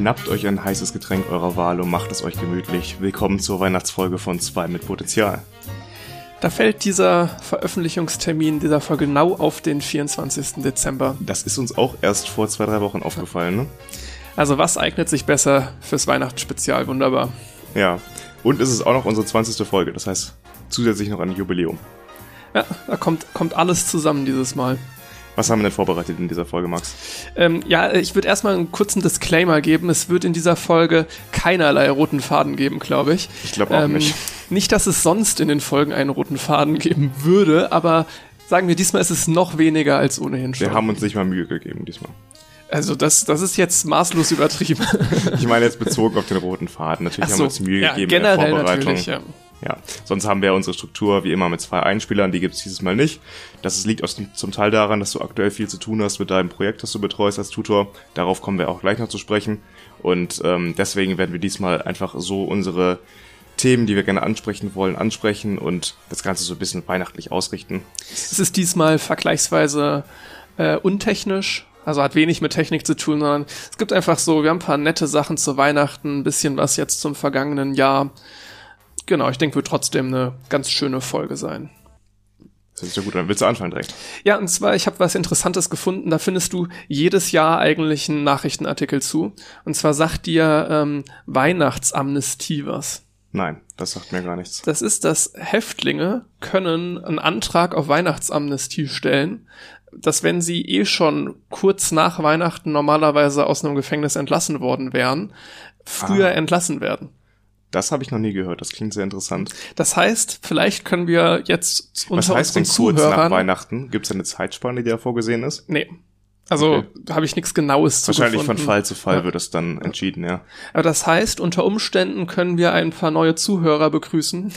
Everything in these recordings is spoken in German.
Schnappt euch ein heißes Getränk eurer Wahl und macht es euch gemütlich. Willkommen zur Weihnachtsfolge von 2 mit Potenzial. Da fällt dieser Veröffentlichungstermin dieser Folge genau auf den 24. Dezember. Das ist uns auch erst vor 2-3 Wochen aufgefallen, ne? Also was eignet sich besser fürs Weihnachtsspezial? Wunderbar. Ja, und es ist auch noch unsere 20. Folge, das heißt zusätzlich noch ein Jubiläum. Ja, da kommt alles zusammen dieses Mal. Was haben wir denn vorbereitet in dieser Folge, Max? Ich würde erstmal einen kurzen Disclaimer geben. Es wird in dieser Folge keinerlei roten Faden geben, glaube ich. Ich glaube auch nicht. Nicht, dass es sonst in den Folgen einen roten Faden geben würde, aber sagen wir, diesmal ist es noch weniger als ohnehin schon. Wir haben uns nicht mal Mühe gegeben diesmal. Also das ist jetzt maßlos übertrieben. Ich meine jetzt bezogen auf den roten Faden. Natürlich haben wir uns Mühe gegeben in der Vorbereitung. Natürlich, ja. Ja, sonst haben wir unsere Struktur wie immer mit 2 Einspielern, die gibt es dieses Mal nicht. Liegt zum Teil daran, dass du aktuell viel zu tun hast mit deinem Projekt, das du betreust als Tutor. Darauf kommen wir auch gleich noch zu sprechen. Und deswegen werden wir diesmal einfach so unsere Themen, die wir gerne ansprechen wollen, ansprechen und das Ganze so ein bisschen weihnachtlich ausrichten. Es ist diesmal vergleichsweise untechnisch. Also hat wenig mit Technik zu tun, sondern es gibt einfach so, wir haben ein paar nette Sachen zu Weihnachten, ein bisschen was jetzt zum vergangenen Jahr. Genau, ich denke, wird trotzdem eine ganz schöne Folge sein. Das ist ja gut, dann willst du anfangen direkt. Ja, und zwar, ich habe was Interessantes gefunden, da findest du jedes Jahr eigentlich einen Nachrichtenartikel zu. Und zwar sagt dir Weihnachtsamnestie was. Nein, das sagt mir gar nichts. Das ist, dass Häftlinge können einen Antrag auf Weihnachtsamnestie stellen, dass wenn sie schon kurz nach Weihnachten normalerweise aus einem Gefängnis entlassen worden wären, früher entlassen werden. Das habe ich noch nie gehört, das klingt sehr interessant. Das heißt, vielleicht können wir jetzt unter unseren Zuhörern... Was heißt denn kurz nach Weihnachten? Gibt es eine Zeitspanne, die da vorgesehen ist? Nee. Also da habe ich nichts Genaues zu gefunden. Wahrscheinlich von Fall zu Fall wird es dann entschieden, ja. Aber das heißt, unter Umständen können wir ein paar neue Zuhörer begrüßen,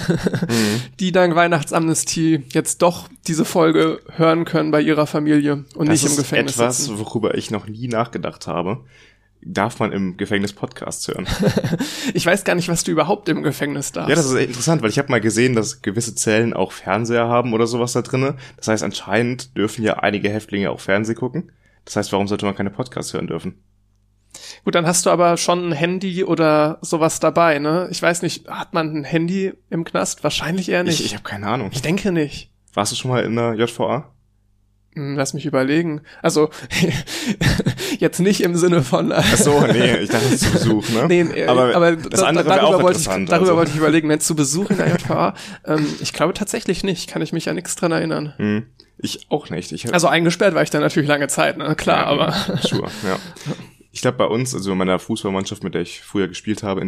die dank Weihnachtsamnestie jetzt doch diese Folge hören können bei ihrer Familie und nicht im Gefängnis sitzen. Das ist etwas, worüber ich noch nie nachgedacht habe. Darf man im Gefängnis Podcasts hören? Ich weiß gar nicht, was du überhaupt im Gefängnis darfst. Ja, das ist interessant, weil ich habe mal gesehen, dass gewisse Zellen auch Fernseher haben oder sowas da drinne. Das heißt, anscheinend dürfen ja einige Häftlinge auch Fernsehen gucken. Das heißt, warum sollte man keine Podcasts hören dürfen? Gut, dann hast du aber schon ein Handy oder sowas dabei, ne? Ich weiß nicht, hat man ein Handy im Knast? Wahrscheinlich eher nicht. Ich habe keine Ahnung. Ich denke nicht. Warst du schon mal in der JVA? Lass mich überlegen. Also, jetzt nicht im Sinne von... Ach so, nee, ich dachte, zu Besuch, ne? Nee, aber das andere wäre auch interessant. Darüber wollte ich überlegen, wenn zu Besuch in der JVA, ich glaube tatsächlich nicht, kann ich mich an nichts dran erinnern. Ich auch nicht. Also eingesperrt war ich da natürlich lange Zeit, ne? Klar, ja, aber... Sure, ja. Ich glaube, bei uns, also in meiner Fußballmannschaft, in der ich früher gespielt habe,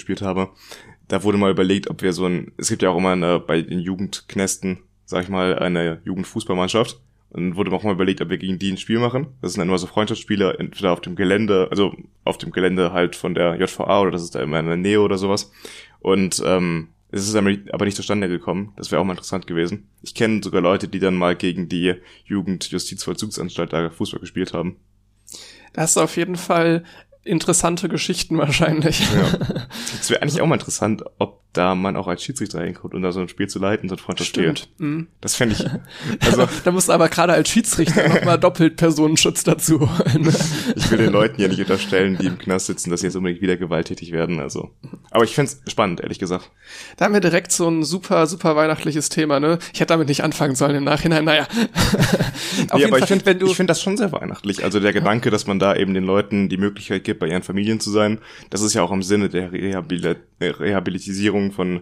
da wurde mal überlegt, ob wir es gibt ja auch immer bei den Jugendknästen, sag ich mal, eine Jugendfußballmannschaft. Und wurde auch mal überlegt, ob wir gegen die ein Spiel machen. Das sind dann immer so Freundschaftsspiele, entweder auf dem Gelände, also auf dem Gelände halt von der JVA oder das ist da immer in der Nähe oder sowas. Und es ist aber nicht zustande gekommen. Das wäre auch mal interessant gewesen. Ich kenne sogar Leute, die dann mal gegen die Jugendjustizvollzugsanstalt da Fußball gespielt haben. Da hast du auf jeden Fall interessante Geschichten wahrscheinlich. Ja. Es wäre eigentlich auch mal interessant, ob da man auch als Schiedsrichter hinkommt, um da so ein Spiel zu leiten, so ein Freundschaftsspiel. Stimmt. Das fände ich... Also, da musst du aber gerade als Schiedsrichter nochmal doppelt Personenschutz dazu holen. Ich will den Leuten ja nicht unterstellen, die im Knast sitzen, dass sie jetzt unbedingt wieder gewalttätig werden. Also. Aber ich find's spannend, ehrlich gesagt. Da haben wir direkt so ein super, super weihnachtliches Thema, ne? Ich hätte damit nicht anfangen sollen im Nachhinein, naja. Nee, aber ich finde das schon sehr weihnachtlich. Also der Gedanke, dass man da eben den Leuten die Möglichkeit gibt, bei ihren Familien zu sein, das ist ja auch im Sinne der Rehabilitisierung von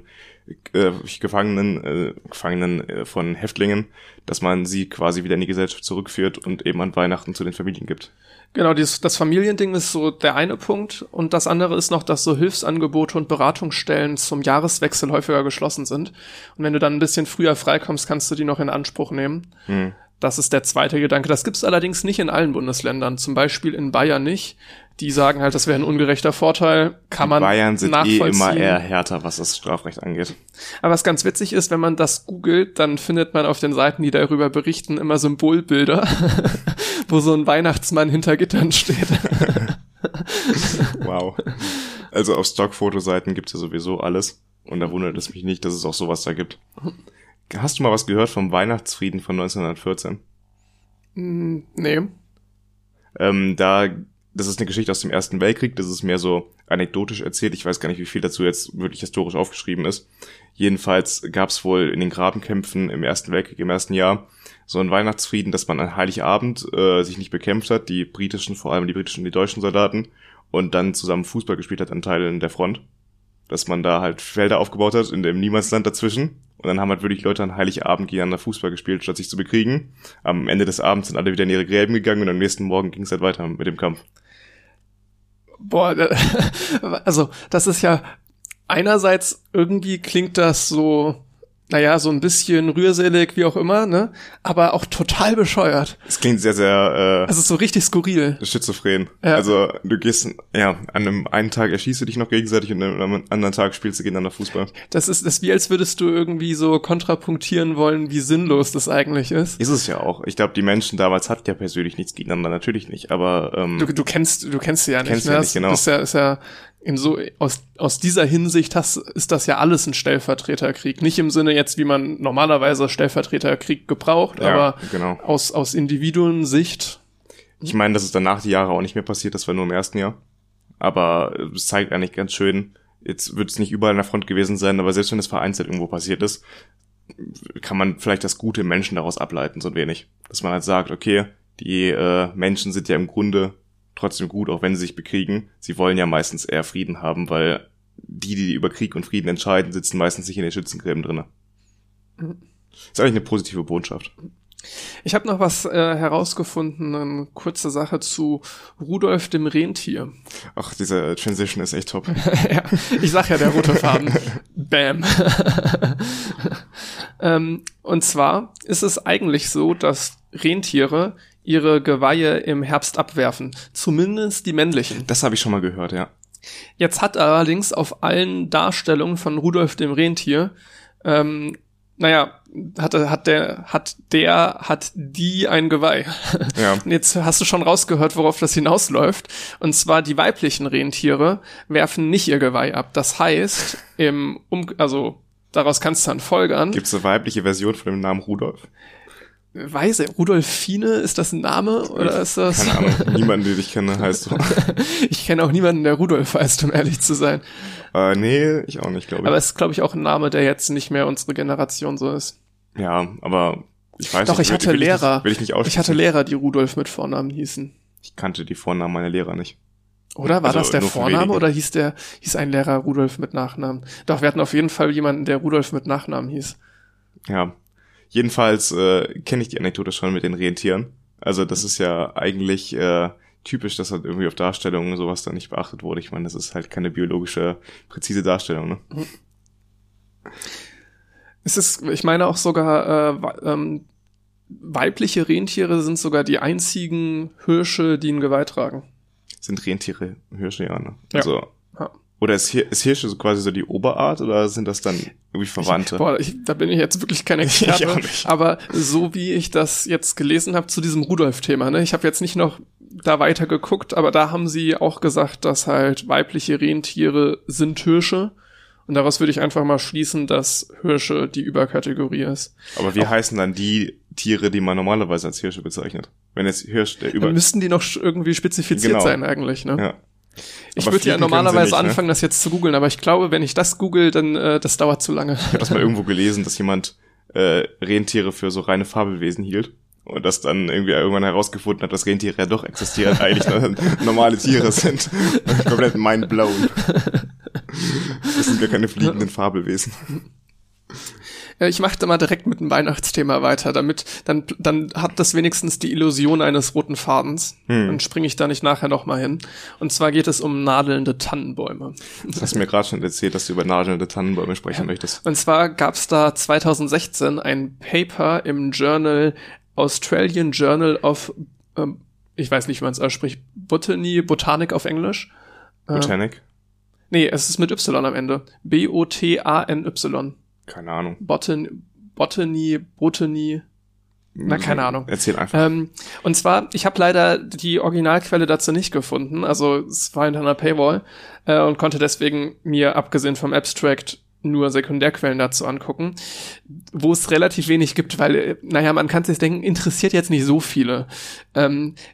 Gefangenen von Häftlingen, dass man sie quasi wieder in die Gesellschaft zurückführt und eben an Weihnachten zu den Familien gibt. Genau, das Familiending ist so der eine Punkt und das andere ist noch, dass so Hilfsangebote und Beratungsstellen zum Jahreswechsel häufiger geschlossen sind und wenn du dann ein bisschen früher freikommst, kannst du die noch in Anspruch nehmen. Das ist der zweite Gedanke. Das gibt's allerdings nicht in allen Bundesländern, zum Beispiel in Bayern nicht. Die sagen halt, das wäre ein ungerechter Vorteil, kann man nachvollziehen. Bayern sind immer eher härter, was das Strafrecht angeht. Aber was ganz witzig ist, wenn man das googelt, dann findet man auf den Seiten, die darüber berichten, immer Symbolbilder, wo so ein Weihnachtsmann hinter Gittern steht. Wow. Also auf Stockfotoseiten gibt's ja sowieso alles. Und da wundert es mich nicht, dass es auch sowas da gibt. Hast du mal was gehört vom Weihnachtsfrieden von 1914? Nee. Da das ist eine Geschichte aus dem Ersten Weltkrieg, das ist mehr so anekdotisch erzählt. Ich weiß gar nicht, wie viel dazu jetzt wirklich historisch aufgeschrieben ist. Jedenfalls gab es wohl in den Grabenkämpfen im Ersten Weltkrieg, im ersten Jahr, so einen Weihnachtsfrieden, dass man an Heiligabend sich nicht bekämpft hat, die britischen, vor allem die britischen und die deutschen Soldaten, und dann zusammen Fußball gespielt hat an Teilen der Front. Dass man da halt Felder aufgebaut hat in dem Niemandsland dazwischen. Und dann haben halt wirklich Leute an Heiligabend gegeneinander Fußball gespielt, statt sich zu bekriegen. Am Ende des Abends sind alle wieder in ihre Gräben gegangen und am nächsten Morgen ging es halt weiter mit dem Kampf. Boah, also das ist ja einerseits irgendwie klingt das so, naja, so ein bisschen rührselig, wie auch immer, ne? Aber auch total bescheuert. Es klingt sehr, sehr also so richtig skurril. Schizophren. Ja. Also du gehst, ja, an einem einen Tag erschießt du dich noch gegenseitig und an einem anderen Tag spielst du gegeneinander Fußball. Das ist wie, als würdest du irgendwie so kontrapunktieren wollen, wie sinnlos das eigentlich ist. Ist es ja auch. Ich glaube, die Menschen damals hatten ja persönlich nichts gegeneinander, natürlich nicht, aber Du kennst sie ja nicht, kennst ne? ja nicht, genau. Das ist ja in so, aus dieser Hinsicht ist das ja alles ein Stellvertreterkrieg. Nicht im Sinne jetzt, wie man normalerweise Stellvertreterkrieg gebraucht, Ja, aber genau. aus Individuensicht. Ich meine, das ist danach die Jahre auch nicht mehr passiert, das war nur im ersten Jahr. Aber es zeigt eigentlich ganz schön, jetzt wird es nicht überall an der Front gewesen sein, aber selbst wenn es vereinzelt irgendwo passiert ist, kann man vielleicht das Gute im Menschen daraus ableiten, so ein wenig. Dass man halt sagt, okay, die Menschen sind ja im Grunde trotzdem gut, auch wenn sie sich bekriegen. Sie wollen ja meistens eher Frieden haben, weil die über Krieg und Frieden entscheiden, sitzen meistens nicht in den Schützengräben drinne. Ist eigentlich eine positive Botschaft. Ich habe noch was herausgefunden, eine kurze Sache zu Rudolf dem Rentier. Ach, diese Transition ist echt top. Ja, ich sag ja, der rote Faden. Bam. Und zwar ist es eigentlich so, dass Rentiere ihre Geweihe im Herbst abwerfen. Zumindest die männlichen. Das habe ich schon mal gehört, ja. Jetzt hat allerdings auf allen Darstellungen von Rudolf dem Rentier, hat die ein Geweih. Ja. Und jetzt hast du schon rausgehört, worauf das hinausläuft. Und zwar die weiblichen Rentiere werfen nicht ihr Geweih ab. Das heißt, daraus kannst du dann folgern. Gibt es eine weibliche Version von dem Namen Rudolf? Rudolfine, ist das ein Name oder ist das? Keine Ahnung, niemand, den ich kenne, heißt so. Ich kenne auch niemanden, der Rudolf heißt, um ehrlich zu sein. Nee, ich auch nicht, glaube ich. Aber es ist, glaube ich, auch ein Name, der jetzt nicht mehr unsere Generation so ist. Ja, aber ich weiß Doch, nicht. ich hatte Lehrer. Will ich nicht ausschließen. Ich hatte Lehrer, die Rudolf mit Vornamen hießen. Ich kannte die Vornamen meiner Lehrer nicht. Oder war Also das der nur von Vorname wenigen. oder hieß ein Lehrer Rudolf mit Nachnamen? Doch, wir hatten auf jeden Fall jemanden, der Rudolf mit Nachnamen hieß. Ja. Jedenfalls kenne ich die Anekdote schon mit den Rentieren. Also das ist ja eigentlich typisch, dass halt irgendwie auf Darstellungen sowas da nicht beachtet wurde. Ich meine, das ist halt keine biologische, präzise Darstellung, ne? Ich meine auch sogar, weibliche Rentiere sind sogar die einzigen Hirsche, die ein Geweih tragen. Sind Rentiere Hirsche, ja, ne? Ja. Also, Ja. oder ist Hirsche so quasi so die Oberart oder sind das dann irgendwie Verwandte? Da bin ich jetzt wirklich kein Experte. Ich auch nicht. Aber so wie ich das jetzt gelesen habe zu diesem Rudolf-Thema, ne? Ich habe jetzt nicht noch da weiter geguckt, aber da haben sie auch gesagt, dass halt weibliche Rentiere sind Hirsche. Und daraus würde ich einfach mal schließen, dass Hirsche die Überkategorie ist. Aber wie heißen dann die Tiere, die man normalerweise als Hirsche bezeichnet? Wenn jetzt Hirsch der Dann müssten die noch irgendwie spezifiziert Genau. sein eigentlich, ne? Ja. Ich Aber würde ja fliegen können normalerweise sie nicht, ne? anfangen, das jetzt zu googeln, aber ich glaube, wenn ich das google, dann das dauert zu lange. Ich habe das mal irgendwo gelesen, dass jemand Rentiere für so reine Fabelwesen hielt. Und das dann irgendwie irgendwann herausgefunden hat, dass Rentiere ja doch existieren, eigentlich normale Tiere sind. Komplett mindblown. Das sind gar keine fliegenden Fabelwesen. Ich mache da mal direkt mit dem Weihnachtsthema weiter, damit dann hat das wenigstens die Illusion eines roten Fadens. Dann springe ich da nicht nachher noch mal hin. Und zwar geht es um nadelnde Tannenbäume. Das hast du mir gerade schon erzählt, dass du über nadelnde Tannenbäume sprechen möchtest. Und zwar gab es da 2016 ein Paper im Australian Journal of, ich weiß nicht, wie man es ausspricht, Botanik auf Englisch. Botanic? Nee, es ist mit Y am Ende. B-O-T-A-N-Y. Keine Ahnung. Botany, na, keine Ahnung. Erzähl einfach. Und zwar, ich habe leider die Originalquelle dazu nicht gefunden, also es war hinter einer Paywall und konnte deswegen mir, abgesehen vom Abstract, nur Sekundärquellen dazu angucken, wo es relativ wenig gibt, weil, man kann sich denken, interessiert jetzt nicht so viele.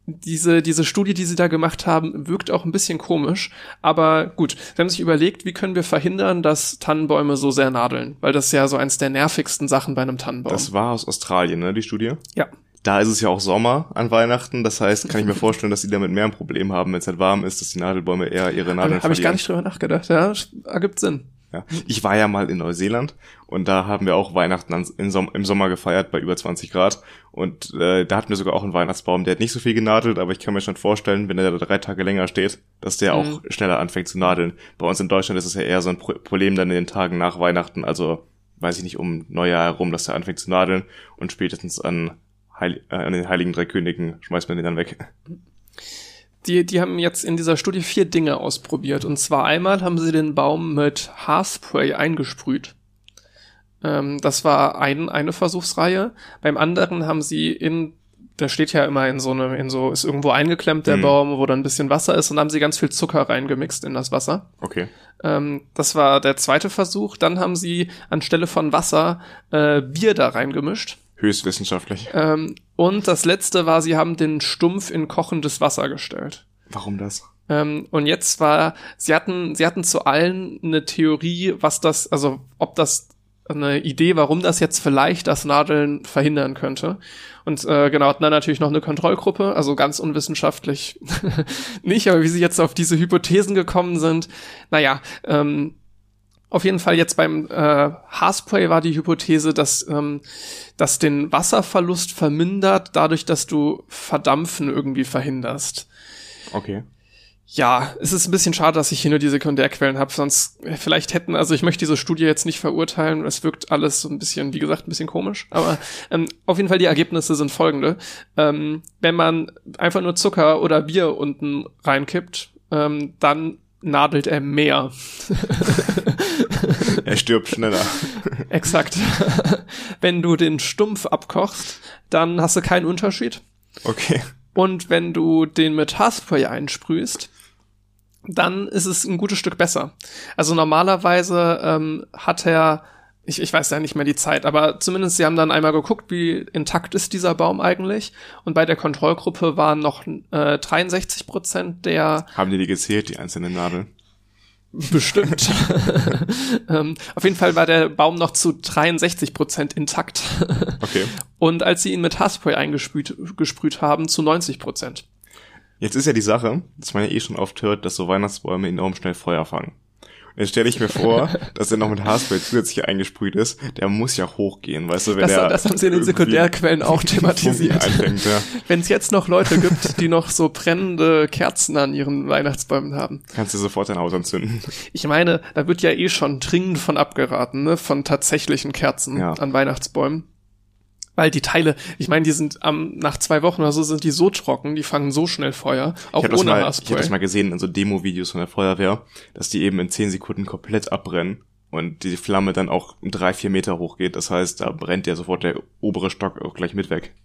diese Studie, die sie da gemacht haben, wirkt auch ein bisschen komisch. Aber gut, sie haben sich überlegt, wie können wir verhindern, dass Tannenbäume so sehr nadeln? Weil das ist ja so eins der nervigsten Sachen bei einem Tannenbaum. Das war aus Australien, ne, die Studie? Ja. Da ist es ja auch Sommer an Weihnachten, das heißt, kann ich mir vorstellen, dass die damit mehr ein Problem haben, wenn es halt warm ist, dass die Nadelbäume eher ihre Nadeln verlieren. Habe ich gar nicht drüber nachgedacht, ja, ergibt Sinn. Ja. Ich war ja mal in Neuseeland und da haben wir auch Weihnachten im Sommer gefeiert bei über 20 Grad und da hatten wir sogar auch einen Weihnachtsbaum, der hat nicht so viel genadelt, aber ich kann mir schon vorstellen, wenn der da 3 Tage länger steht, dass der auch schneller anfängt zu nadeln. Bei uns in Deutschland ist es ja eher so ein Problem dann in den Tagen nach Weihnachten, also weiß ich nicht, um Neujahr herum, dass der anfängt zu nadeln und spätestens an den Heiligen Drei Königen schmeißt man den dann weg. Die haben jetzt in dieser Studie 4 Dinge ausprobiert. Und zwar einmal haben sie den Baum mit Haarspray eingesprüht. Das war eine Versuchsreihe. Beim anderen haben sie der steht ja immer ist irgendwo eingeklemmt, der Baum, wo dann ein bisschen Wasser ist, und haben sie ganz viel Zucker reingemixt in das Wasser. Okay. Das war der zweite Versuch. Dann haben sie anstelle von Wasser Bier da reingemischt. Höchstwissenschaftlich. Und das letzte war, sie haben den Stumpf in kochendes Wasser gestellt. Warum das? Und jetzt sie hatten zu allen eine Theorie, ob das eine Idee, warum das jetzt vielleicht das Nadeln verhindern könnte. Und hatten dann natürlich noch eine Kontrollgruppe, also ganz unwissenschaftlich nicht, aber wie sie jetzt auf diese Hypothesen gekommen sind, auf jeden Fall jetzt beim Haarspray war die Hypothese, dass den Wasserverlust vermindert, dadurch, dass du Verdampfen irgendwie verhinderst. Okay. Ja, es ist ein bisschen schade, dass ich hier nur die Sekundärquellen habe, sonst vielleicht ich möchte diese Studie jetzt nicht verurteilen, es wirkt alles so ein bisschen, wie gesagt, ein bisschen komisch, aber auf jeden Fall die Ergebnisse sind folgende. Wenn man einfach nur Zucker oder Bier unten reinkippt, dann nadelt er mehr. Er stirbt schneller. Exakt. Wenn du den Stumpf abkochst, dann hast du keinen Unterschied. Okay. Und wenn du den mit Haarspray einsprühst, dann ist es ein gutes Stück besser. Also normalerweise hat er, ich weiß ja nicht mehr die Zeit, aber zumindest sie haben dann einmal geguckt, wie intakt ist dieser Baum eigentlich. Und bei der Kontrollgruppe waren noch 63% der... Haben die gezählt, die einzelnen Nadeln? Bestimmt. Auf jeden Fall war der Baum noch zu 63% intakt. Okay. Und als sie ihn mit Haarspray gesprüht haben, zu 90%. Jetzt ist ja die Sache, dass man ja schon oft hört, dass so Weihnachtsbäume enorm schnell Feuer fangen. Und jetzt stelle ich mir vor, dass er noch mit Haarspray zusätzlich eingesprüht ist. Der muss ja hochgehen, weißt du, wenn das haben sie in den Sekundärquellen auch thematisiert. Ja. Wenn es jetzt noch Leute gibt, die noch so brennende Kerzen an ihren Weihnachtsbäumen haben. Kannst du sofort dein Haus anzünden. Ich meine, da wird ja schon dringend von abgeraten, ne, von tatsächlichen Kerzen an Weihnachtsbäumen. Weil die Teile, ich meine, die sind nach 2 Wochen oder so sind die so trocken, die fangen so schnell Feuer, auch ohne Haarspray. Ich habe das mal gesehen in so Demo-Videos von der Feuerwehr, dass die eben in 10 Sekunden komplett abbrennen und die Flamme dann auch 3-4 Meter hoch geht. Das heißt, da brennt ja sofort der obere Stock auch gleich mit weg.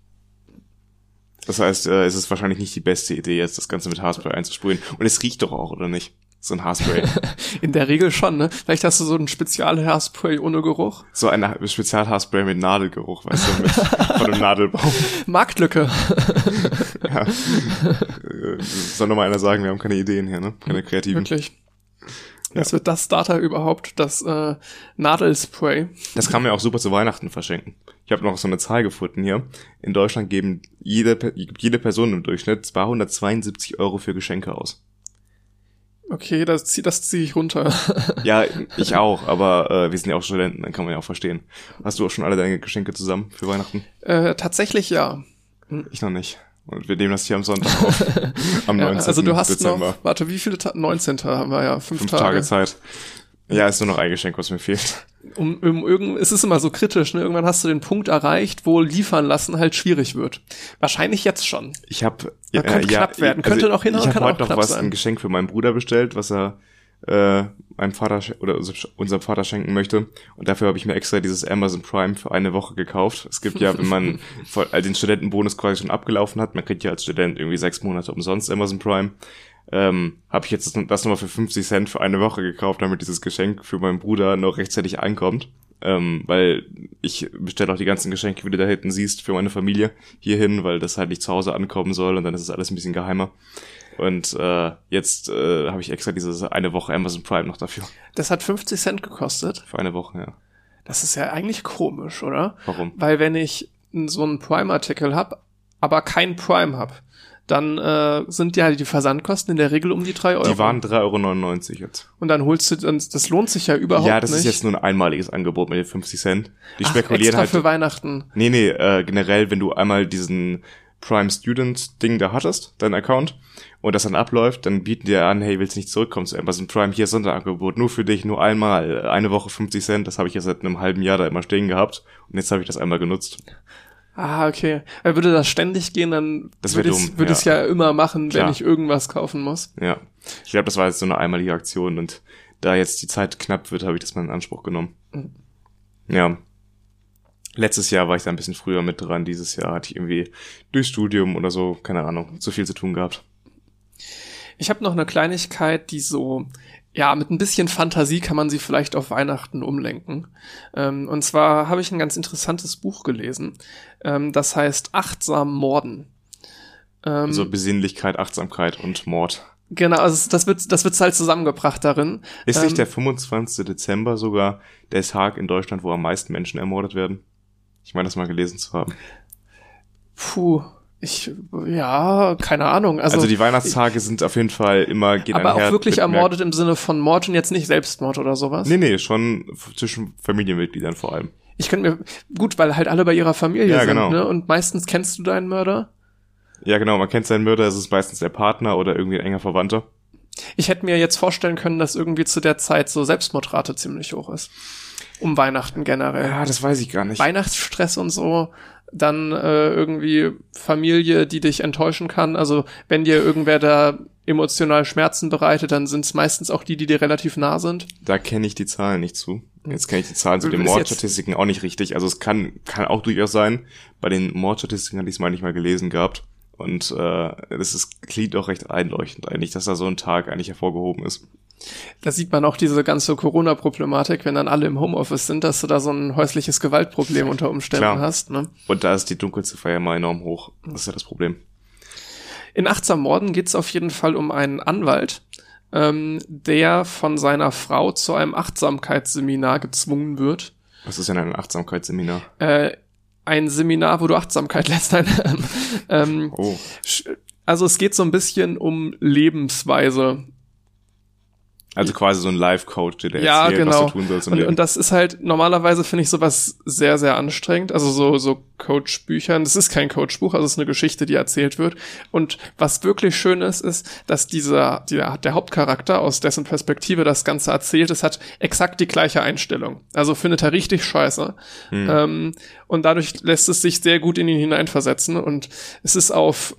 Das heißt, es ist wahrscheinlich nicht die beste Idee, jetzt das Ganze mit Haarspray einzusprühen. Und es riecht doch auch, oder nicht? So ein Haarspray. In der Regel schon, ne? Vielleicht hast du so ein Spezial-Haarspray ohne Geruch. So ein Spezial-Haarspray mit Nadelgeruch, weißt du, von einem Nadelbaum. Marktlücke. Ja. Soll noch mal einer sagen, wir haben keine Ideen hier, ne? Keine kreativen. Wirklich. Das wird das Starter überhaupt, das Nadelspray. Das kann man ja auch super zu Weihnachten verschenken. Ich habe noch so eine Zahl gefunden hier. In Deutschland gibt jede Person im Durchschnitt 272 € für Geschenke aus. Okay, das zieh ich runter. Ja, ich auch, aber wir sind ja auch Studenten, dann kann man ja auch verstehen. Hast du auch schon alle deine Geschenke zusammen für Weihnachten? Tatsächlich ja. Ich noch nicht. Und wir nehmen das hier am Sonntag auf. Am 19. Also du hast Dezember. noch, warte, wie viele 19. haben wir ja? 5 Tage. 5 Tage Zeit. Ja, ist nur noch ein Geschenk, was mir fehlt. Es ist immer so kritisch, ne? Irgendwann hast du den Punkt erreicht, wo liefern lassen halt schwierig wird. Wahrscheinlich jetzt schon. Könnte knapp werden. Könnte noch hinhauen, kann auch knapp sein. Ich habe heute noch ein Geschenk für meinen Bruder bestellt, was er meinem Vater oder unserem Vater schenken möchte. Und dafür habe ich mir extra dieses Amazon Prime für eine Woche gekauft. Es gibt ja, wenn man den Studentenbonus quasi schon abgelaufen hat, man kriegt ja als Student irgendwie 6 Monate umsonst Amazon Prime. Habe ich jetzt das nochmal für 50 Cent für eine Woche gekauft, damit dieses Geschenk für meinen Bruder noch rechtzeitig ankommt. weil ich bestelle auch die ganzen Geschenke, wie du da hinten siehst, für meine Familie hierhin, weil das halt nicht zu Hause ankommen soll und dann ist es alles ein bisschen geheimer. Und jetzt habe ich extra diese eine Woche Amazon Prime noch dafür. Das hat 50 Cent gekostet? Für eine Woche, ja. Das ist ja eigentlich komisch, oder? Warum? Weil wenn ich so einen Prime-Artikel habe, aber kein Prime habe, dann sind ja die Versandkosten in der Regel um die 3 Euro. Die waren 3,99 € jetzt. Und dann holst du, das lohnt sich ja überhaupt nicht. Ja, das ist jetzt nur ein einmaliges Angebot mit den 50 Cent. Die Ach, spekulieren extra halt. für Weihnachten. Nee, generell, wenn du einmal diesen Prime Student Ding da hattest, dein Account, und das dann abläuft, dann bieten die an, hey, willst nicht zurückkommen zu Amazon Prime, hier ist Sonderangebot, nur für dich, nur einmal, eine Woche 50 Cent, das habe ich ja seit einem halben Jahr da immer stehen gehabt und jetzt habe ich das einmal genutzt. Ah, okay. Weil würde das ständig gehen, dann würde ich es ja immer machen, wenn ich irgendwas kaufen muss. Ja, ich glaube, das war jetzt so eine einmalige Aktion und da jetzt die Zeit knapp wird, habe ich das mal in Anspruch genommen. Mhm. Ja. Letztes Jahr war ich da ein bisschen früher mit dran, dieses Jahr hatte ich irgendwie durch Studium oder so, keine Ahnung, zu viel zu tun gehabt. Ich habe noch eine Kleinigkeit, die so, ja, mit ein bisschen Fantasie kann man sie vielleicht auf Weihnachten umlenken. Und zwar habe ich ein ganz interessantes Buch gelesen. Das heißt Achtsam Morden. Also Besinnlichkeit, Achtsamkeit und Mord. Genau, also das wird halt zusammengebracht darin. Ist nicht der 25. Dezember sogar der Tag in Deutschland, wo am meisten Menschen ermordet werden? Ich meine, das mal gelesen zu haben. Keine Ahnung. Also die Weihnachtstage sind auf jeden Fall immer geht aber auch wirklich ermordet im Sinne von Mord und jetzt nicht Selbstmord oder sowas? Nee, schon zwischen Familienmitgliedern vor allem. Ich könnte mir, gut, weil halt alle bei ihrer Familie sind, genau. Ne? Und meistens kennst du deinen Mörder? Ja, genau, man kennt seinen Mörder, es ist meistens der Partner oder irgendwie ein enger Verwandter. Ich hätte mir jetzt vorstellen können, dass irgendwie zu der Zeit so Selbstmordrate ziemlich hoch ist. Um Weihnachten generell. Ja, das weiß ich gar nicht. Weihnachtsstress und so, dann irgendwie Familie, die dich enttäuschen kann. Also wenn dir irgendwer da emotional Schmerzen bereitet, dann sind es meistens auch die dir relativ nah sind. Da kenne ich die Zahlen nicht zu. Jetzt kenne ich die Zahlen zu den Mordstatistiken auch nicht richtig. Also es kann auch durchaus sein. Bei den Mordstatistiken hatte ich es mal nicht mal gelesen gehabt. Und klingt auch recht einleuchtend eigentlich, dass da so ein Tag eigentlich hervorgehoben ist. Da sieht man auch diese ganze Corona-Problematik, wenn dann alle im Homeoffice sind, dass du da so ein häusliches Gewaltproblem unter Umständen hast. Ne? Und da ist die Dunkelziffer ja mal enorm hoch. Das ist ja das Problem. In Achtsam Morden geht es auf jeden Fall um einen Anwalt, der von seiner Frau zu einem Achtsamkeitsseminar gezwungen wird. Was ist denn ein Achtsamkeitsseminar? Ein Seminar, wo du Achtsamkeit lernst. Also es geht so ein bisschen um Lebensweise. Also quasi so ein Life-Coach, der erzählt, was du tun sollst im Leben. Und das ist halt, normalerweise finde ich sowas sehr, sehr anstrengend. Also so Coach-Büchern, das ist kein Coach-Buch, also es ist eine Geschichte, die erzählt wird. Und was wirklich schön ist, dass der Hauptcharakter, aus dessen Perspektive das Ganze erzählt ist, hat exakt die gleiche Einstellung. Also findet er richtig scheiße. Und dadurch lässt es sich sehr gut in ihn hineinversetzen. Und es ist auf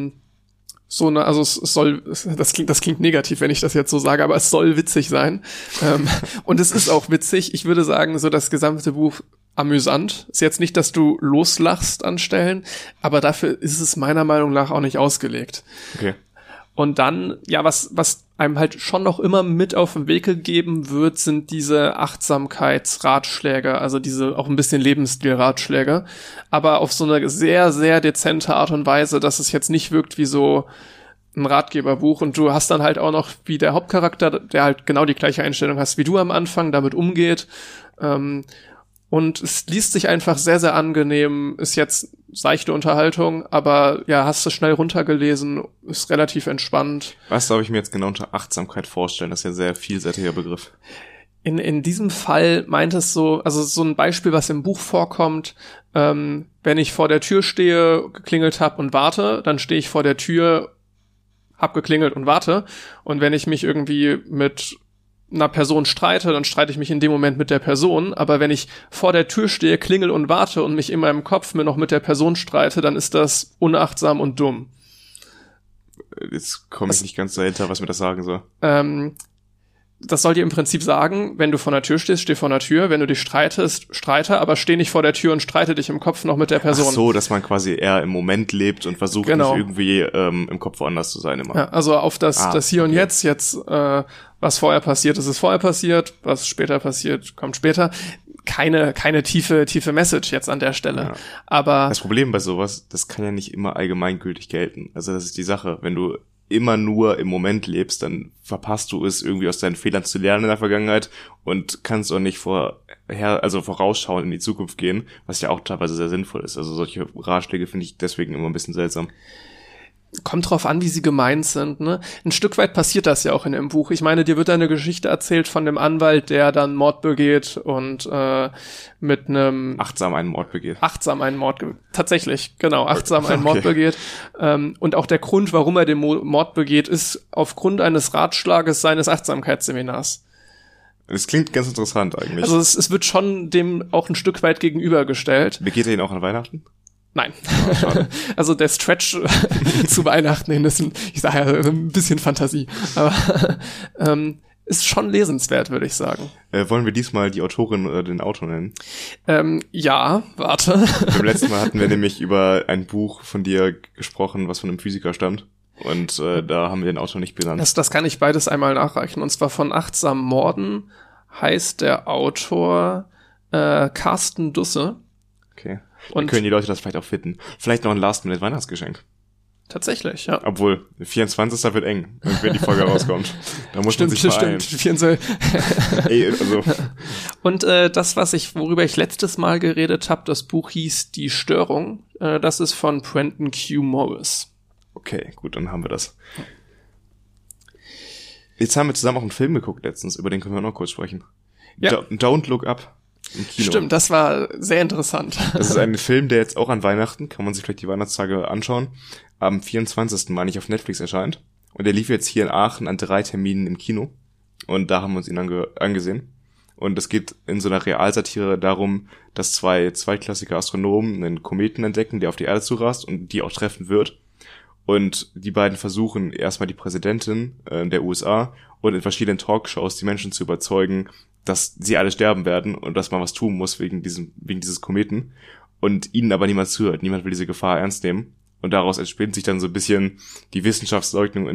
das klingt negativ, wenn ich das jetzt so sage, aber es soll witzig sein. Und es ist auch witzig. Ich würde sagen, so das gesamte Buch amüsant. Ist jetzt nicht, dass du loslachst an Stellen, aber dafür ist es meiner Meinung nach auch nicht ausgelegt. Okay. Und dann, ja, was einem halt schon noch immer mit auf den Weg gegeben wird, sind diese Achtsamkeitsratschläge, also diese auch ein bisschen Lebensstil-Ratschläge, aber auf so eine sehr, sehr dezente Art und Weise, dass es jetzt nicht wirkt wie so ein Ratgeberbuch und du hast dann halt auch noch wie der Hauptcharakter, der halt genau die gleiche Einstellung hast wie du am Anfang, damit umgeht, und es liest sich einfach sehr, sehr angenehm, ist jetzt seichte Unterhaltung, aber ja, hast du schnell runtergelesen, ist relativ entspannt. Was darf ich mir jetzt genau unter Achtsamkeit vorstellen? Das ist ja ein sehr vielseitiger Begriff. In diesem Fall meint es so, also so ein Beispiel, was im Buch vorkommt, wenn ich vor der Tür stehe, geklingelt habe und warte, dann stehe ich vor der Tür, hab geklingelt und warte, und wenn ich mich irgendwie mit einer Person streite, dann streite ich mich in dem Moment mit der Person, aber wenn ich vor der Tür stehe, klingel und warte und mich in meinem Kopf mir noch mit der Person streite, dann ist das unachtsam und dumm. Jetzt komme ich nicht ganz dahinter, was mir das sagen soll. Das soll dir im Prinzip sagen, wenn du vor der Tür stehst, steh vor der Tür, wenn du dich streitest, streite, aber steh nicht vor der Tür und streite dich im Kopf noch mit der Person. Ach so, dass man quasi eher im Moment lebt und versucht nicht irgendwie im Kopf woanders zu sein immer. Ja, also auf das Hier und Jetzt, was vorher passiert, ist vorher passiert, was später passiert, kommt später. keine tiefe Message jetzt an der Stelle. Ja. Aber das Problem bei sowas, das kann ja nicht immer allgemeingültig gelten. Also das ist die Sache. Wenn du immer nur im Moment lebst, dann verpasst du es, irgendwie aus deinen Fehlern zu lernen in der Vergangenheit und kannst auch nicht vorausschauend in die Zukunft gehen, was ja auch teilweise sehr sinnvoll ist. Also solche Ratschläge finde ich deswegen immer ein bisschen seltsam. kommt drauf an, wie sie gemeint sind, ne? Ein Stück weit passiert das ja auch in dem Buch. Ich meine, dir wird eine Geschichte erzählt von dem Anwalt, der dann Mord begeht und mit einem achtsam einen Mord begeht. Tatsächlich, genau, achtsam einen Mord begeht. Und auch der Grund, warum er den Mord begeht, ist aufgrund eines Ratschlages seines Achtsamkeitsseminars. Das klingt ganz interessant eigentlich. Also es wird schon dem auch ein Stück weit gegenübergestellt. Begeht er ihn auch an Weihnachten? Nein. Also der Stretch zu Weihnachten hin ist ich sage ja, ein bisschen Fantasie. Aber ist schon lesenswert, würde ich sagen. Wollen wir diesmal die Autorin oder den Autor nennen? Ja, warte. Beim letzten Mal hatten wir nämlich über ein Buch von dir gesprochen, was von einem Physiker stammt. Und da haben wir den Autor nicht benannt. Das kann ich beides einmal nachreichen. Und zwar von Achtsam Morden heißt der Autor Carsten Dusse. Okay. Und können die Leute das vielleicht auch finden. Vielleicht noch ein Last-Minute-Weihnachtsgeschenk. Tatsächlich, ja. Obwohl, 24. wird eng, wenn die Folge rauskommt. Da muss man sich beeilen. Stimmt. Ey, also. Und das, worüber ich letztes Mal geredet habe, das Buch hieß Die Störung. Das ist von Brendan Q. Morris. Okay, gut, dann haben wir das. Jetzt haben wir zusammen auch einen Film geguckt letztens, über den können wir noch kurz sprechen. Ja. Don't Look Up. Im Kino. Stimmt, das war sehr interessant. Das ist ein Film, der jetzt auch an Weihnachten, kann man sich vielleicht die Weihnachtstage anschauen, am 24. meine ich auf Netflix erscheint. Und der lief jetzt hier in Aachen an 3 Terminen im Kino. Und da haben wir uns ihn angesehen. Und es geht in so einer Realsatire darum, dass 2 zweitklassige Astronomen einen Kometen entdecken, der auf die Erde zurast und die auch treffen wird. Und die beiden versuchen erstmal die Präsidentin der USA und in verschiedenen Talkshows die Menschen zu überzeugen, dass sie alle sterben werden und dass man was tun muss wegen dieses Kometen. Und ihnen aber niemand zuhört. Niemand will diese Gefahr ernst nehmen. Und daraus entspinnt sich dann so ein bisschen die Wissenschaftsleugnung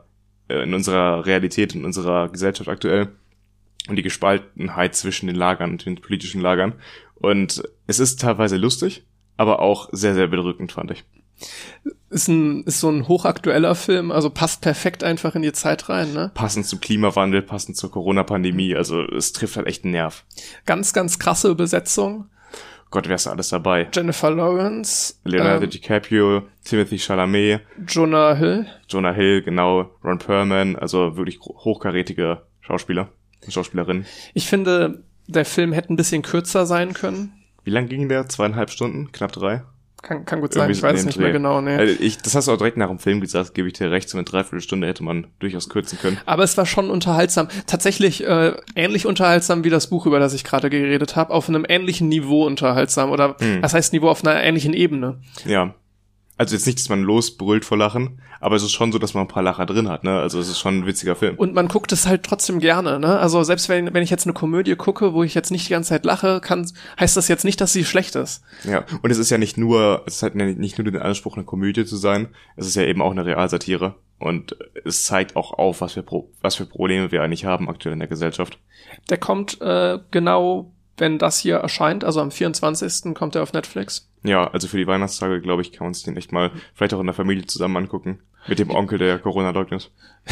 in unserer Realität, in unserer Gesellschaft aktuell. Und die Gespaltenheit zwischen den Lagern und den politischen Lagern. Und es ist teilweise lustig, aber auch sehr, sehr bedrückend, fand ich. Ist so ein hochaktueller Film, also passt perfekt einfach in die Zeit rein, ne? Passend zum Klimawandel, passend zur Corona-Pandemie, also es trifft halt echt einen Nerv. Ganz, ganz krasse Besetzung. Gott, wer ist da alles dabei? Jennifer Lawrence, Leonardo DiCaprio, Timothy Chalamet, Jonah Hill, genau, Ron Perlman, also wirklich hochkarätige Schauspieler und Schauspielerinnen. Ich finde, der Film hätte ein bisschen kürzer sein können. Wie lang ging der? 2,5 Stunden? Knapp 3? Kann gut sein, ich weiß es nicht mehr genau. Nee. Das hast du auch direkt nach dem Film gesagt, gebe ich dir recht, so eine Dreiviertelstunde hätte man durchaus kürzen können. Aber es war schon unterhaltsam. Tatsächlich ähnlich unterhaltsam wie das Buch, über das ich gerade geredet habe, auf einem ähnlichen Niveau unterhaltsam. Oder was heißt Niveau? Auf einer ähnlichen Ebene. Ja. Also jetzt nicht, dass man losbrüllt vor Lachen, aber es ist schon so, dass man ein paar Lacher drin hat, ne? Also es ist schon ein witziger Film. Und man guckt es halt trotzdem gerne, ne? Also selbst wenn ich jetzt eine Komödie gucke, wo ich jetzt nicht die ganze Zeit lache, heißt das jetzt nicht, dass sie schlecht ist. Ja, und es hat nicht nur den Anspruch, eine Komödie zu sein, es ist ja eben auch eine Realsatire. Und es zeigt auch auf, was für Probleme wir eigentlich haben aktuell in der Gesellschaft. Der kommt genau, wenn das hier erscheint, also am 24. kommt er auf Netflix. Ja, also für die Weihnachtstage, glaube ich, kann man sich den echt mal vielleicht auch in der Familie zusammen angucken. Mit dem Onkel, der Corona leugnet.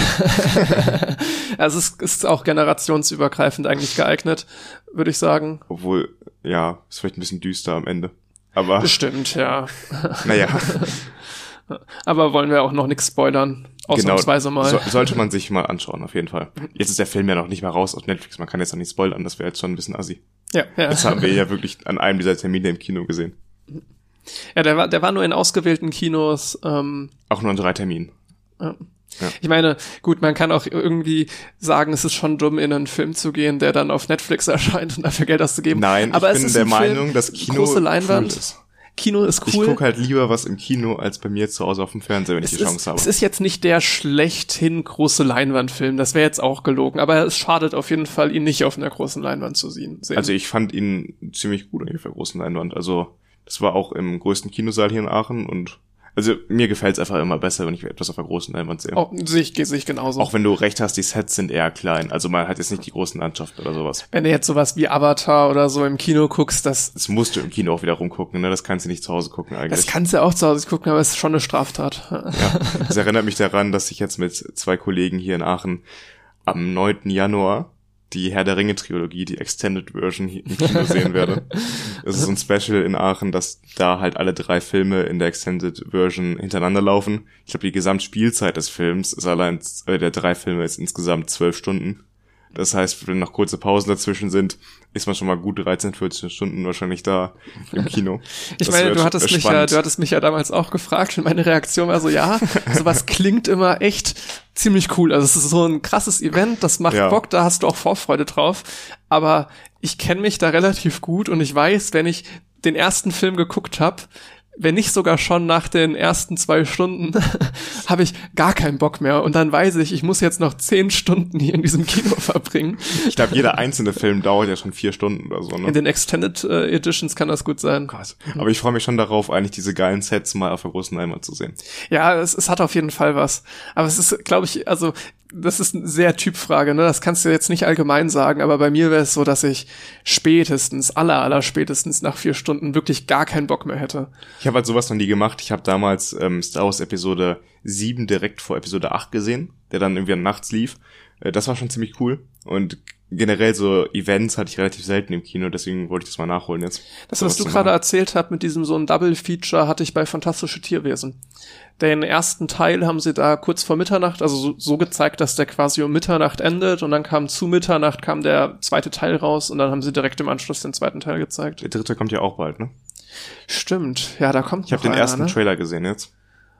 Also es ist auch generationsübergreifend eigentlich geeignet, würde ich sagen. Obwohl, ja, ist vielleicht ein bisschen düster am Ende. Aber bestimmt, ja. Naja. Aber wollen wir auch noch nichts spoilern. Ausnahmsweise mal. Sollte man sich mal anschauen, auf jeden Fall. Jetzt ist der Film ja noch nicht mal raus auf Netflix. Man kann jetzt noch nicht spoilern, das wäre jetzt schon ein bisschen assi. Ja. Das haben wir ja wirklich an einem dieser Termine im Kino gesehen. Ja, der war nur in ausgewählten Kinos. Auch nur an 3 Terminen. Ja. Ich meine, gut, man kann auch irgendwie sagen, es ist schon dumm, in einen Film zu gehen, der dann auf Netflix erscheint und dafür Geld auszugeben. Nein, aber ich bin der Meinung, dass Kino große Leinwand cool ist. Kino ist cool. Ich gucke halt lieber was im Kino als bei mir zu Hause auf dem Fernseher, wenn ich die Chance habe. Es ist jetzt nicht der schlechthin große Leinwandfilm, das wäre jetzt auch gelogen, aber es schadet auf jeden Fall, ihn nicht auf einer großen Leinwand zu sehen. Also ich fand ihn ziemlich gut auf der großen Leinwand. Also das war auch im größten Kinosaal hier in Aachen und Also mir gefällt es einfach immer besser, wenn ich etwas auf der großen Leinwand sehe. Oh, sehe ich genauso. Auch wenn du recht hast, die Sets sind eher klein. Also man hat jetzt nicht die großen Landschaften oder sowas. Wenn du jetzt sowas wie Avatar oder so im Kino guckst, das musst du im Kino auch wieder rumgucken, ne? Das kannst du nicht zu Hause gucken eigentlich. Das kannst du auch zu Hause gucken, aber es ist schon eine Straftat. Ja, das erinnert mich daran, dass ich jetzt mit 2 Kollegen hier in Aachen am 9. Januar die Herr der Ringe-Trilogie, die Extended Version im Kino sehen werde. Das ist so ein Special in Aachen, dass da halt alle 3 Filme in der Extended Version hintereinander laufen. Ich glaube, die Gesamtspielzeit des Films ist allein, der 3 Filme ist insgesamt 12 Stunden. Das heißt, wenn noch kurze Pausen dazwischen sind, ist man schon mal gut 13, 14 Stunden wahrscheinlich da im Kino. Ich meine, du hattest mich ja damals auch gefragt und meine Reaktion war so, ja, sowas klingt immer echt ziemlich cool. Also es ist so ein krasses Event, das macht Bock, da hast du auch Vorfreude drauf. Aber ich kenne mich da relativ gut und ich weiß, wenn ich den ersten Film geguckt habe, wenn nicht sogar schon nach den ersten 2 Stunden, habe ich gar keinen Bock mehr. Und dann weiß ich muss jetzt noch 10 Stunden hier in diesem Kino verbringen. Ich glaube, jeder einzelne Film dauert ja schon 4 Stunden oder so, ne? In den Extended Editions kann das gut sein. Krass. Aber ich freue mich schon darauf, eigentlich diese geilen Sets mal auf der großen Leinwand zu sehen. Ja, es hat auf jeden Fall was. Aber es ist, glaube ich, also das ist eine sehr Typfrage, ne? Das kannst du jetzt nicht allgemein sagen, aber bei mir wäre es so, dass ich spätestens, allerspätestens nach 4 Stunden wirklich gar keinen Bock mehr hätte. Ich habe halt sowas noch nie gemacht. Ich habe damals Star Wars Episode 7 direkt vor Episode 8 gesehen, der dann irgendwie nachts lief. Das war schon ziemlich cool. Und generell so Events hatte ich relativ selten im Kino, deswegen wollte ich das mal nachholen jetzt. Das, was du gerade erzählt hast mit diesem so ein Double-Feature, hatte ich bei Fantastische Tierwesen. Den ersten Teil haben sie da kurz vor Mitternacht, also so gezeigt, dass der quasi um Mitternacht endet und dann zu Mitternacht kam der 2. Teil raus und dann haben sie direkt im Anschluss den 2. Teil gezeigt. Der 3. kommt ja auch bald, ne? Stimmt, ja, da kommt Ich habe den ersten Trailer gesehen jetzt.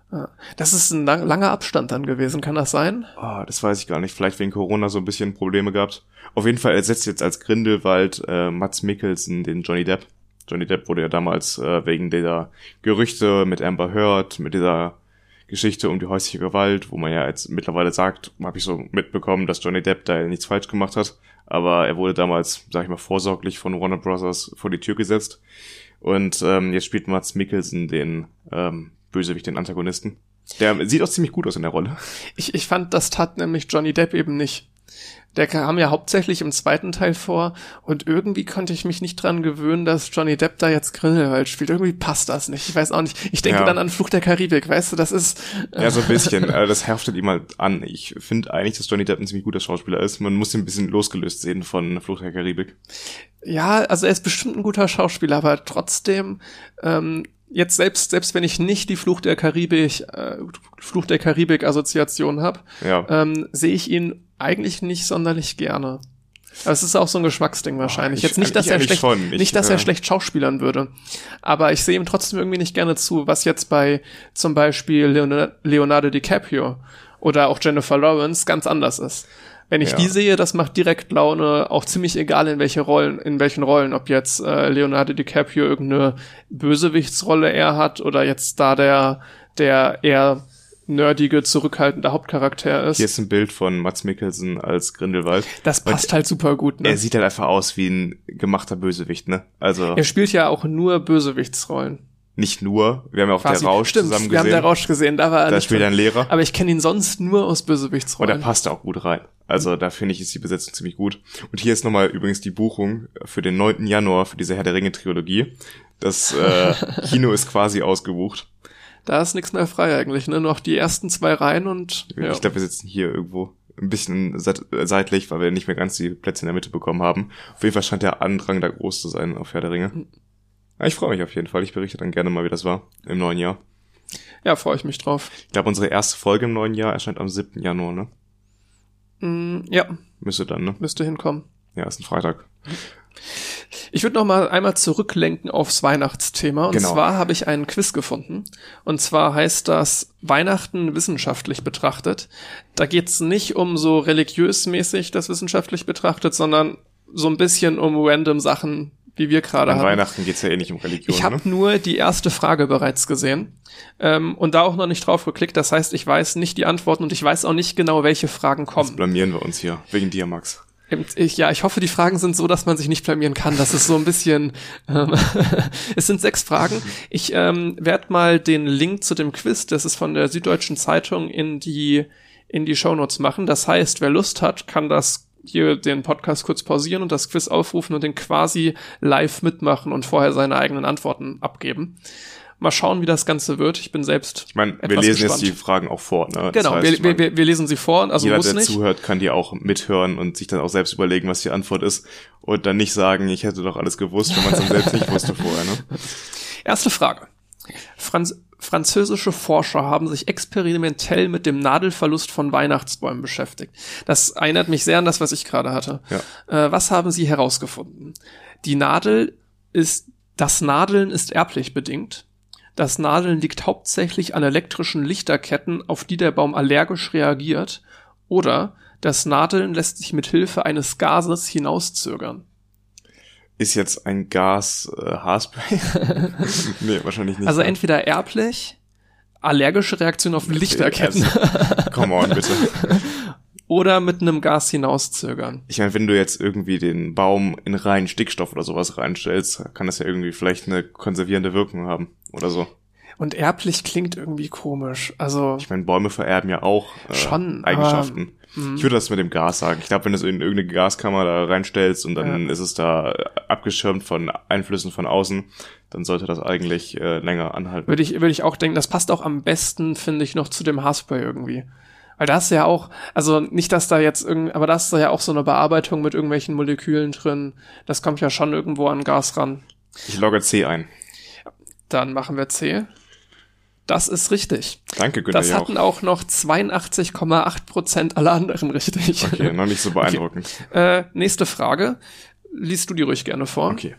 Das ist ein langer Abstand dann gewesen, kann das sein? Oh, das weiß ich gar nicht. Vielleicht wegen Corona so ein bisschen Probleme gehabt. Auf jeden Fall ersetzt jetzt als Grindelwald Mads Mikkelsen den Johnny Depp. Johnny Depp wurde ja damals wegen dieser Gerüchte mit Amber Heard, mit dieser Geschichte um die häusliche Gewalt, wo man ja jetzt mittlerweile sagt, habe ich so mitbekommen, dass Johnny Depp da nichts falsch gemacht hat. Aber er wurde damals, sag ich mal, vorsorglich von Warner Brothers vor die Tür gesetzt. Und jetzt spielt Mads Mikkelsen den Bösewicht, den Antagonisten. Der sieht auch ziemlich gut aus in der Rolle. Ich fand, das tat nämlich Johnny Depp eben nicht. Der kam ja hauptsächlich im 2. Teil vor und irgendwie konnte ich mich nicht dran gewöhnen, dass Johnny Depp da jetzt Grindelwald spielt. Irgendwie passt das nicht. Ich weiß auch nicht. Ich denke dann an Fluch der Karibik, weißt du, das ist... Ja, so ein bisschen. Das haftet ihm halt an. Ich finde eigentlich, dass Johnny Depp ein ziemlich guter Schauspieler ist. Man muss ihn ein bisschen losgelöst sehen von Fluch der Karibik. Ja, also er ist bestimmt ein guter Schauspieler, aber trotzdem... Jetzt selbst wenn ich nicht die Fluch der Karibik Assoziation habe, sehe ich ihn eigentlich nicht sonderlich gerne. Aber es ist auch so ein Geschmacksding wahrscheinlich. Jetzt nicht, dass er schlecht schauspielern würde. Aber ich sehe ihm trotzdem irgendwie nicht gerne zu, was jetzt bei zum Beispiel Leonardo DiCaprio oder auch Jennifer Lawrence ganz anders ist. Wenn ich die sehe, das macht direkt Laune, auch ziemlich egal in welchen Rollen, ob jetzt Leonardo DiCaprio irgendeine Bösewichtsrolle er hat oder jetzt da der eher nerdige, zurückhaltende Hauptcharakter ist. Hier ist ein Bild von Mads Mikkelsen als Grindelwald. Das passt halt super gut, ne? Er sieht halt einfach aus wie ein gemachter Bösewicht, ne? Also. Er spielt ja auch nur Bösewichtsrollen. Nicht nur, wir haben ja auch quasi, der Rausch zusammen gesehen. Wir haben der Rausch gesehen, da war er. Da spielt er einen Lehrer. Aber ich kenne ihn sonst nur aus Bösewichtsrollen. Und er passt auch gut rein. Also da finde ich, ist die Besetzung ziemlich gut. Und hier ist nochmal übrigens die Buchung für den 9. Januar für diese Herr der Ringe-Trilogie. Das Kino ist quasi ausgebucht. Da ist nichts mehr frei eigentlich, ne? Noch die ersten 2 Reihen und... Ja. Ich glaube, wir sitzen hier irgendwo ein bisschen seitlich, weil wir nicht mehr ganz die Plätze in der Mitte bekommen haben. Auf jeden Fall scheint der Andrang da groß zu sein auf Herr der Ringe. Ja, ich freue mich auf jeden Fall. Ich berichte dann gerne mal, wie das war im neuen Jahr. Ja, freue ich mich drauf. Ich glaube, unsere erste Folge im neuen Jahr erscheint am 7. Januar, ne? Ja. Müsste dann, ne? Müsste hinkommen. Ja, ist ein Freitag. Ich würde noch mal einmal zurücklenken aufs Weihnachtsthema. Und zwar habe ich einen Quiz gefunden. Und zwar heißt das Weihnachten wissenschaftlich betrachtet. Da geht's nicht um so religiös-mäßig das wissenschaftlich betrachtet, sondern so ein bisschen um random Sachen, wie wir gerade haben. An Weihnachten geht's ja eh nicht um Religion. Ich habe nur die erste Frage bereits gesehen und da auch noch nicht drauf geklickt. Das heißt, ich weiß nicht die Antworten und ich weiß auch nicht genau, welche Fragen kommen. Jetzt blamieren wir uns hier, wegen dir, Max. Ich hoffe, die Fragen sind so, dass man sich nicht blamieren kann. Das ist so ein bisschen, es sind 6 Fragen. Ich werde mal den Link zu dem Quiz, das ist von der Süddeutschen Zeitung, in die Shownotes machen. Das heißt, wer Lust hat, kann das hier den Podcast kurz pausieren und das Quiz aufrufen und den quasi live mitmachen und vorher seine eigenen Antworten abgeben. Mal schauen, wie das Ganze wird. Ich bin selbst wir lesen gespannt. Jetzt die Fragen auch vor. Ne? Genau, das heißt, wir lesen sie vor. Also jeder, muss der nicht. Zuhört, kann die auch mithören und sich dann auch selbst überlegen, was die Antwort ist. Und dann nicht sagen, ich hätte doch alles gewusst, wenn man es dann selbst nicht wusste vorher. Ne? Erste Frage. Französische Forscher haben sich experimentell mit dem Nadelverlust von Weihnachtsbäumen beschäftigt. Das erinnert mich sehr an das, was ich gerade hatte. Ja. Was haben sie herausgefunden? Das Nadeln ist erblich bedingt. Das Nadeln liegt hauptsächlich an elektrischen Lichterketten, auf die der Baum allergisch reagiert. Oder das Nadeln lässt sich mit Hilfe eines Gases hinauszögern. Ist jetzt ein Gas Haarspray? Nee, wahrscheinlich nicht. Also entweder erblich, allergische Reaktion auf Lichterketten. Also, come on, bitte. Oder mit einem Gas hinauszögern. Ich meine, wenn du jetzt irgendwie den Baum in reinen Stickstoff oder sowas reinstellst, kann das ja irgendwie vielleicht eine konservierende Wirkung haben oder so. Und erblich klingt irgendwie komisch. Also ich meine, Bäume vererben ja auch schon, Eigenschaften. Ich würde das mit dem Gas sagen. Ich glaube, wenn du es in irgendeine Gaskammer da reinstellst und dann ist es da abgeschirmt von Einflüssen von außen, dann sollte das eigentlich länger anhalten. Würde ich auch denken, das passt auch am besten, finde ich, noch zu dem Haarspray irgendwie. Weil da ist ja auch, also nicht, dass da jetzt aber da ist ja auch so eine Bearbeitung mit irgendwelchen Molekülen drin. Das kommt ja schon irgendwo an Gas ran. Ich logge C ein. Dann machen wir C. Das ist richtig. Danke, Günther. Das hatten auch noch 82,8% aller anderen richtig. Okay, noch nicht so beeindruckend. Okay. Nächste Frage. Liest du die ruhig gerne vor. Okay.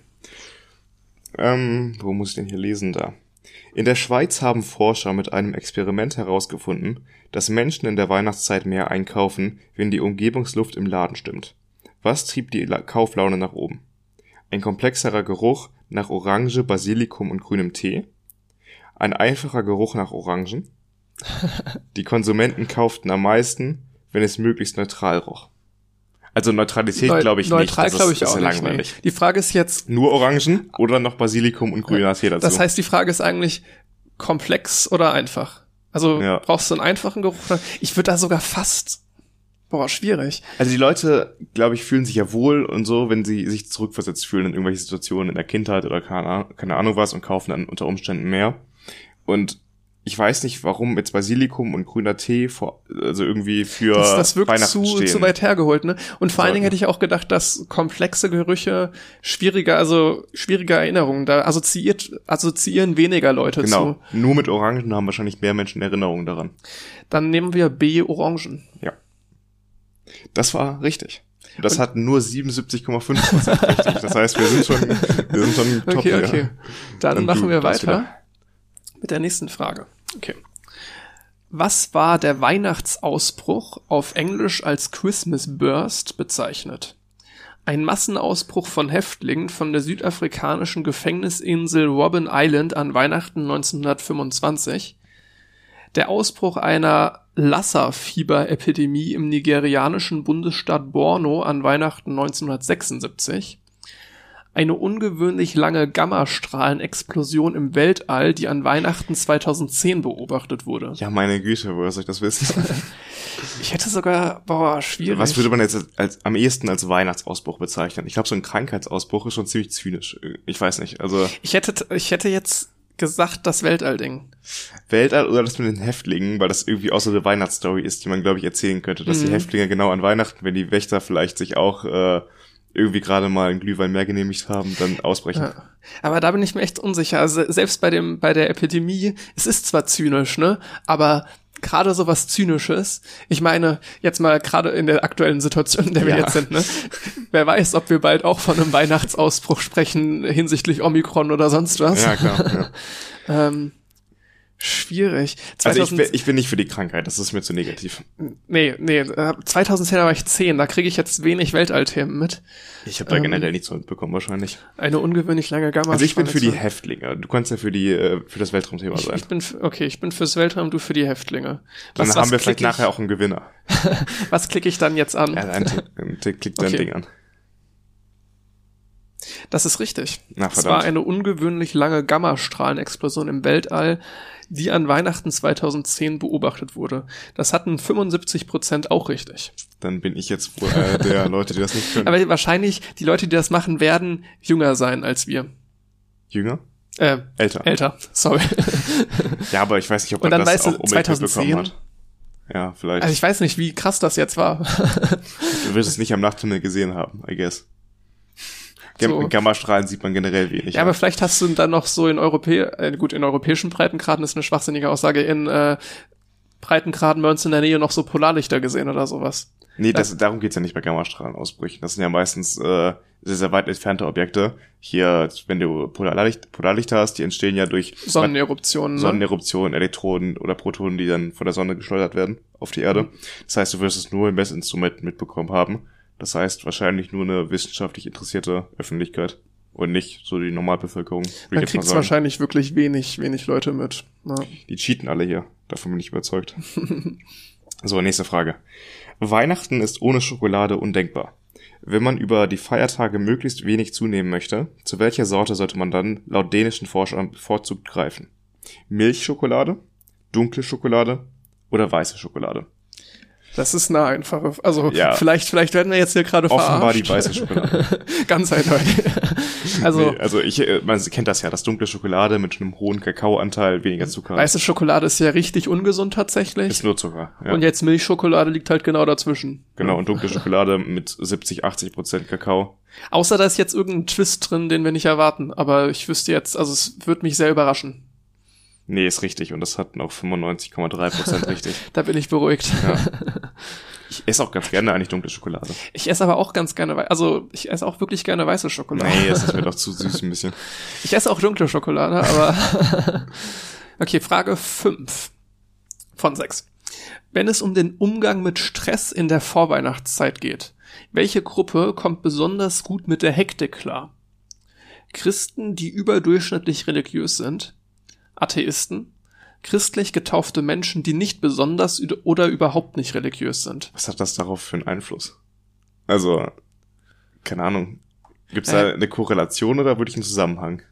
Wo muss ich denn hier lesen da? In der Schweiz haben Forscher mit einem Experiment herausgefunden, dass Menschen in der Weihnachtszeit mehr einkaufen, wenn die Umgebungsluft im Laden stimmt. Was trieb die Kauflaune nach oben? Ein komplexerer Geruch nach Orange, Basilikum und grünem Tee? Ein einfacher Geruch nach Orangen? Die Konsumenten kauften am meisten, wenn es möglichst neutral roch. Also Neutralität glaube ich nicht. Neutral glaube ich auch nicht. Langweilig. Nee. Die Frage ist jetzt... Nur Orangen oder noch Basilikum und grüner Tee dazu? Das heißt, die Frage ist eigentlich komplex oder einfach? Also brauchst du einen einfachen Geruch? Ich würde da sogar fast... schwierig. Also die Leute, glaube ich, fühlen sich ja wohl und so, wenn sie sich zurückversetzt fühlen in irgendwelche Situationen in der Kindheit oder keine Ahnung was und kaufen dann unter Umständen mehr. Und ich weiß nicht, warum jetzt Basilikum und grüner Tee also irgendwie für das wirkt Weihnachten stehen. zu weit hergeholt, ne? Und vor allen Dingen hätte ich auch gedacht, dass komplexe Gerüche schwierige Erinnerungen, da assoziieren weniger Leute zu. Genau, nur mit Orangen haben wahrscheinlich mehr Menschen Erinnerungen daran. Dann nehmen wir B, Orangen. Ja. Das war richtig. Das hat nur 77,5% richtig. Das heißt, wir sind schon top hier. Okay. Dann machen wir weiter mit der nächsten Frage. Okay. Was war der Weihnachtsausbruch auf Englisch als Christmas Burst bezeichnet? Ein Massenausbruch von Häftlingen von der südafrikanischen Gefängnisinsel Robben Island an Weihnachten 1925. Der Ausbruch einer Lassa-Fieber-Epidemie im nigerianischen Bundesstaat Borno an Weihnachten 1976. Eine ungewöhnlich lange Gammastrahlenexplosion im Weltall, die an Weihnachten 2010 beobachtet wurde. Ja, meine Güte, woher soll ich das wissen? Ich hätte sogar, schwierig. Was würde man jetzt am ehesten als Weihnachtsausbruch bezeichnen? Ich glaube, so ein Krankheitsausbruch ist schon ziemlich zynisch. Ich weiß nicht, also... Ich hätte jetzt gesagt, das Weltall-Ding. Weltall oder das mit den Häftlingen, weil das irgendwie auch so eine Weihnachtsstory ist, die man, glaube ich, erzählen könnte, dass die Häftlinge genau an Weihnachten, wenn die Wächter vielleicht sich auch irgendwie gerade mal einen Glühwein mehr genehmigt haben, dann ausbrechen. Ja. Aber da bin ich mir echt unsicher. Also selbst bei der Epidemie, es ist zwar zynisch, ne, aber gerade so was Zynisches, ich meine, jetzt mal gerade in der aktuellen Situation, in der wir jetzt sind, ne, wer weiß, ob wir bald auch von einem Weihnachtsausbruch sprechen hinsichtlich Omikron oder sonst was. Ja, klar. Ja. Schwierig. Also ich bin nicht für die Krankheit, das ist mir zu negativ. Nee, 2010 war ich 10, da kriege ich jetzt wenig Weltallthemen mit. Ich habe da generell nichts mitbekommen wahrscheinlich. Eine ungewöhnlich lange Gamma. Also ich bin für die Häftlinge, du kannst ja für das Weltraumthema sein. Ich bin fürs Weltraum, du für die Häftlinge. Dann haben wir vielleicht nachher auch einen Gewinner. Was klicke ich dann jetzt an? Ja, klick dein Ding an. Das ist richtig. Na, es war eine ungewöhnlich lange Gammastrahlenexplosion im Weltall, die an Weihnachten 2010 beobachtet wurde. Das hatten 75% auch richtig. Dann bin ich jetzt der Leute, die das nicht können. Aber wahrscheinlich, die Leute, die das machen, werden jünger sein als wir. Jünger? Älter, sorry. Ja, aber ich weiß nicht, ob man das auch unbedingt 2010 mitbekommen hat. Ja, vielleicht. Also ich weiß nicht, wie krass das jetzt war. Du wirst es nicht am Nachthimmel gesehen haben, I guess. So. Gammastrahlen sieht man generell wenig. Ja, aber vielleicht hast du dann noch so in europäischen Breitengraden ist eine schwachsinnige Aussage, in Breitengraden bei uns in der Nähe noch so Polarlichter gesehen oder sowas. Nee, darum geht's ja nicht bei Gammastrahlenausbrüchen. Das sind ja meistens sehr, sehr weit entfernte Objekte. Hier, wenn du Polarlichter hast, die entstehen ja durch Sonneneruptionen. Sonneneruptionen, Elektronen oder Protonen, die dann von der Sonne geschleudert werden auf die Erde. Das heißt, du wirst es nur im Messinstrument mitbekommen haben. Das heißt, wahrscheinlich nur eine wissenschaftlich interessierte Öffentlichkeit und nicht so die Normalbevölkerung. Dann kriegt's wahrscheinlich wirklich wenig Leute mit. Ja. Die cheaten alle hier. Davon bin ich überzeugt. So, nächste Frage. Weihnachten ist ohne Schokolade undenkbar. Wenn man über die Feiertage möglichst wenig zunehmen möchte, zu welcher Sorte sollte man dann laut dänischen Forschern bevorzugt greifen? Milchschokolade, dunkle Schokolade oder weiße Schokolade? Das ist eine einfache, also ja. Vielleicht werden wir jetzt hier gerade verarscht. Offenbar die weiße Schokolade. Ganz eindeutig. Also man kennt das ja, das dunkle Schokolade mit einem hohen Kakaoanteil, weniger Zucker. Weiße Schokolade ist ja richtig ungesund tatsächlich. Ist nur Zucker, ja. Und jetzt Milchschokolade liegt halt genau dazwischen. Genau, und dunkle Schokolade mit 70-80% Kakao. Außer da ist jetzt irgendein Twist drin, den wir nicht erwarten. Aber ich wüsste jetzt, also es würde mich sehr überraschen. Nee, ist richtig. Und das hat noch 95,3% richtig. Da bin ich beruhigt. Ja. Ich esse auch ganz gerne eigentlich dunkle Schokolade. Ich esse aber auch ganz gerne, ich esse auch wirklich gerne weiße Schokolade. Nee, das ist mir doch zu süß ein bisschen. Ich esse auch dunkle Schokolade, aber okay, Frage 5 von 6. Wenn es um den Umgang mit Stress in der Vorweihnachtszeit geht, welche Gruppe kommt besonders gut mit der Hektik klar? Christen, die überdurchschnittlich religiös sind, Atheisten, christlich getaufte Menschen, die nicht besonders oder überhaupt nicht religiös sind. Was hat das darauf für einen Einfluss? Also, keine Ahnung. Gibt's da eine Korrelation oder wirklich einen Zusammenhang?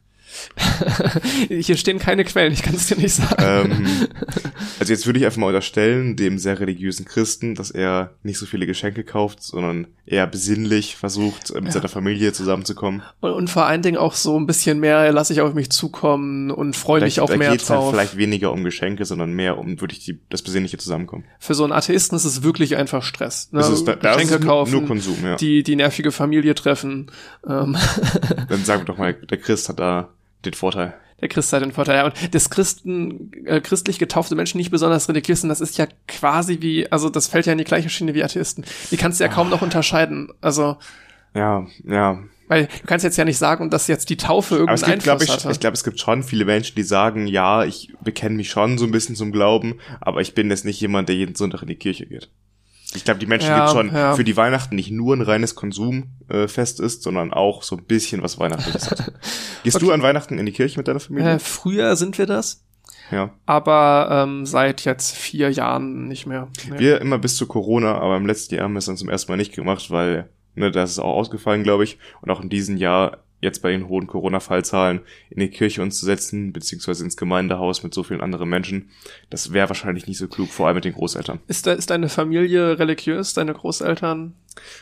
Hier stehen keine Quellen, ich kann es dir nicht sagen. Also jetzt würde ich einfach mal unterstellen, dem sehr religiösen Christen, dass er nicht so viele Geschenke kauft, sondern eher besinnlich versucht, mit seiner Familie zusammenzukommen. Und vor allen Dingen auch so ein bisschen mehr, lasse ich auf mich zukommen und freue mich auf mehr drauf. Da geht's halt vielleicht weniger um Geschenke, sondern mehr um wirklich das besinnliche Zusammenkommen. Für so einen Atheisten ist es wirklich einfach Stress. Ne? Geschenke kaufen, nur Konsum, ja. Die nervige Familie treffen. Dann sagen wir doch mal, der Christ hat da den Vorteil. Der Christ hat den Vorteil, ja. Und das christlich getaufte Menschen nicht besonders religiös sind, das ist ja quasi also das fällt ja in die gleiche Schiene wie Atheisten. Die kannst du ja kaum noch unterscheiden. Also. Ja. Weil du kannst jetzt ja nicht sagen, dass jetzt die Taufe irgendeinen Einfluss hatte. Ich glaube, es gibt schon viele Menschen, die sagen, ja, ich bekenne mich schon so ein bisschen zum Glauben, aber ich bin jetzt nicht jemand, der jeden Sonntag in die Kirche geht. Ich glaube, die Menschen gibt schon für die Weihnachten nicht nur ein reines Konsumfest ist, sondern auch so ein bisschen was Weihnachtliches hat. Gehst du an Weihnachten in die Kirche mit deiner Familie? Früher sind wir das. Ja. Aber seit jetzt 4 Jahren nicht mehr. Nee. Wir immer bis zu Corona, aber im letzten Jahr haben wir es dann zum ersten Mal nicht gemacht, weil das ist auch ausgefallen, glaube ich. Und auch in diesem Jahr, jetzt bei den hohen Corona-Fallzahlen, in die Kirche uns zu setzen, beziehungsweise ins Gemeindehaus mit so vielen anderen Menschen, das wäre wahrscheinlich nicht so klug, vor allem mit den Großeltern. Ist deine Familie religiös, deine Großeltern?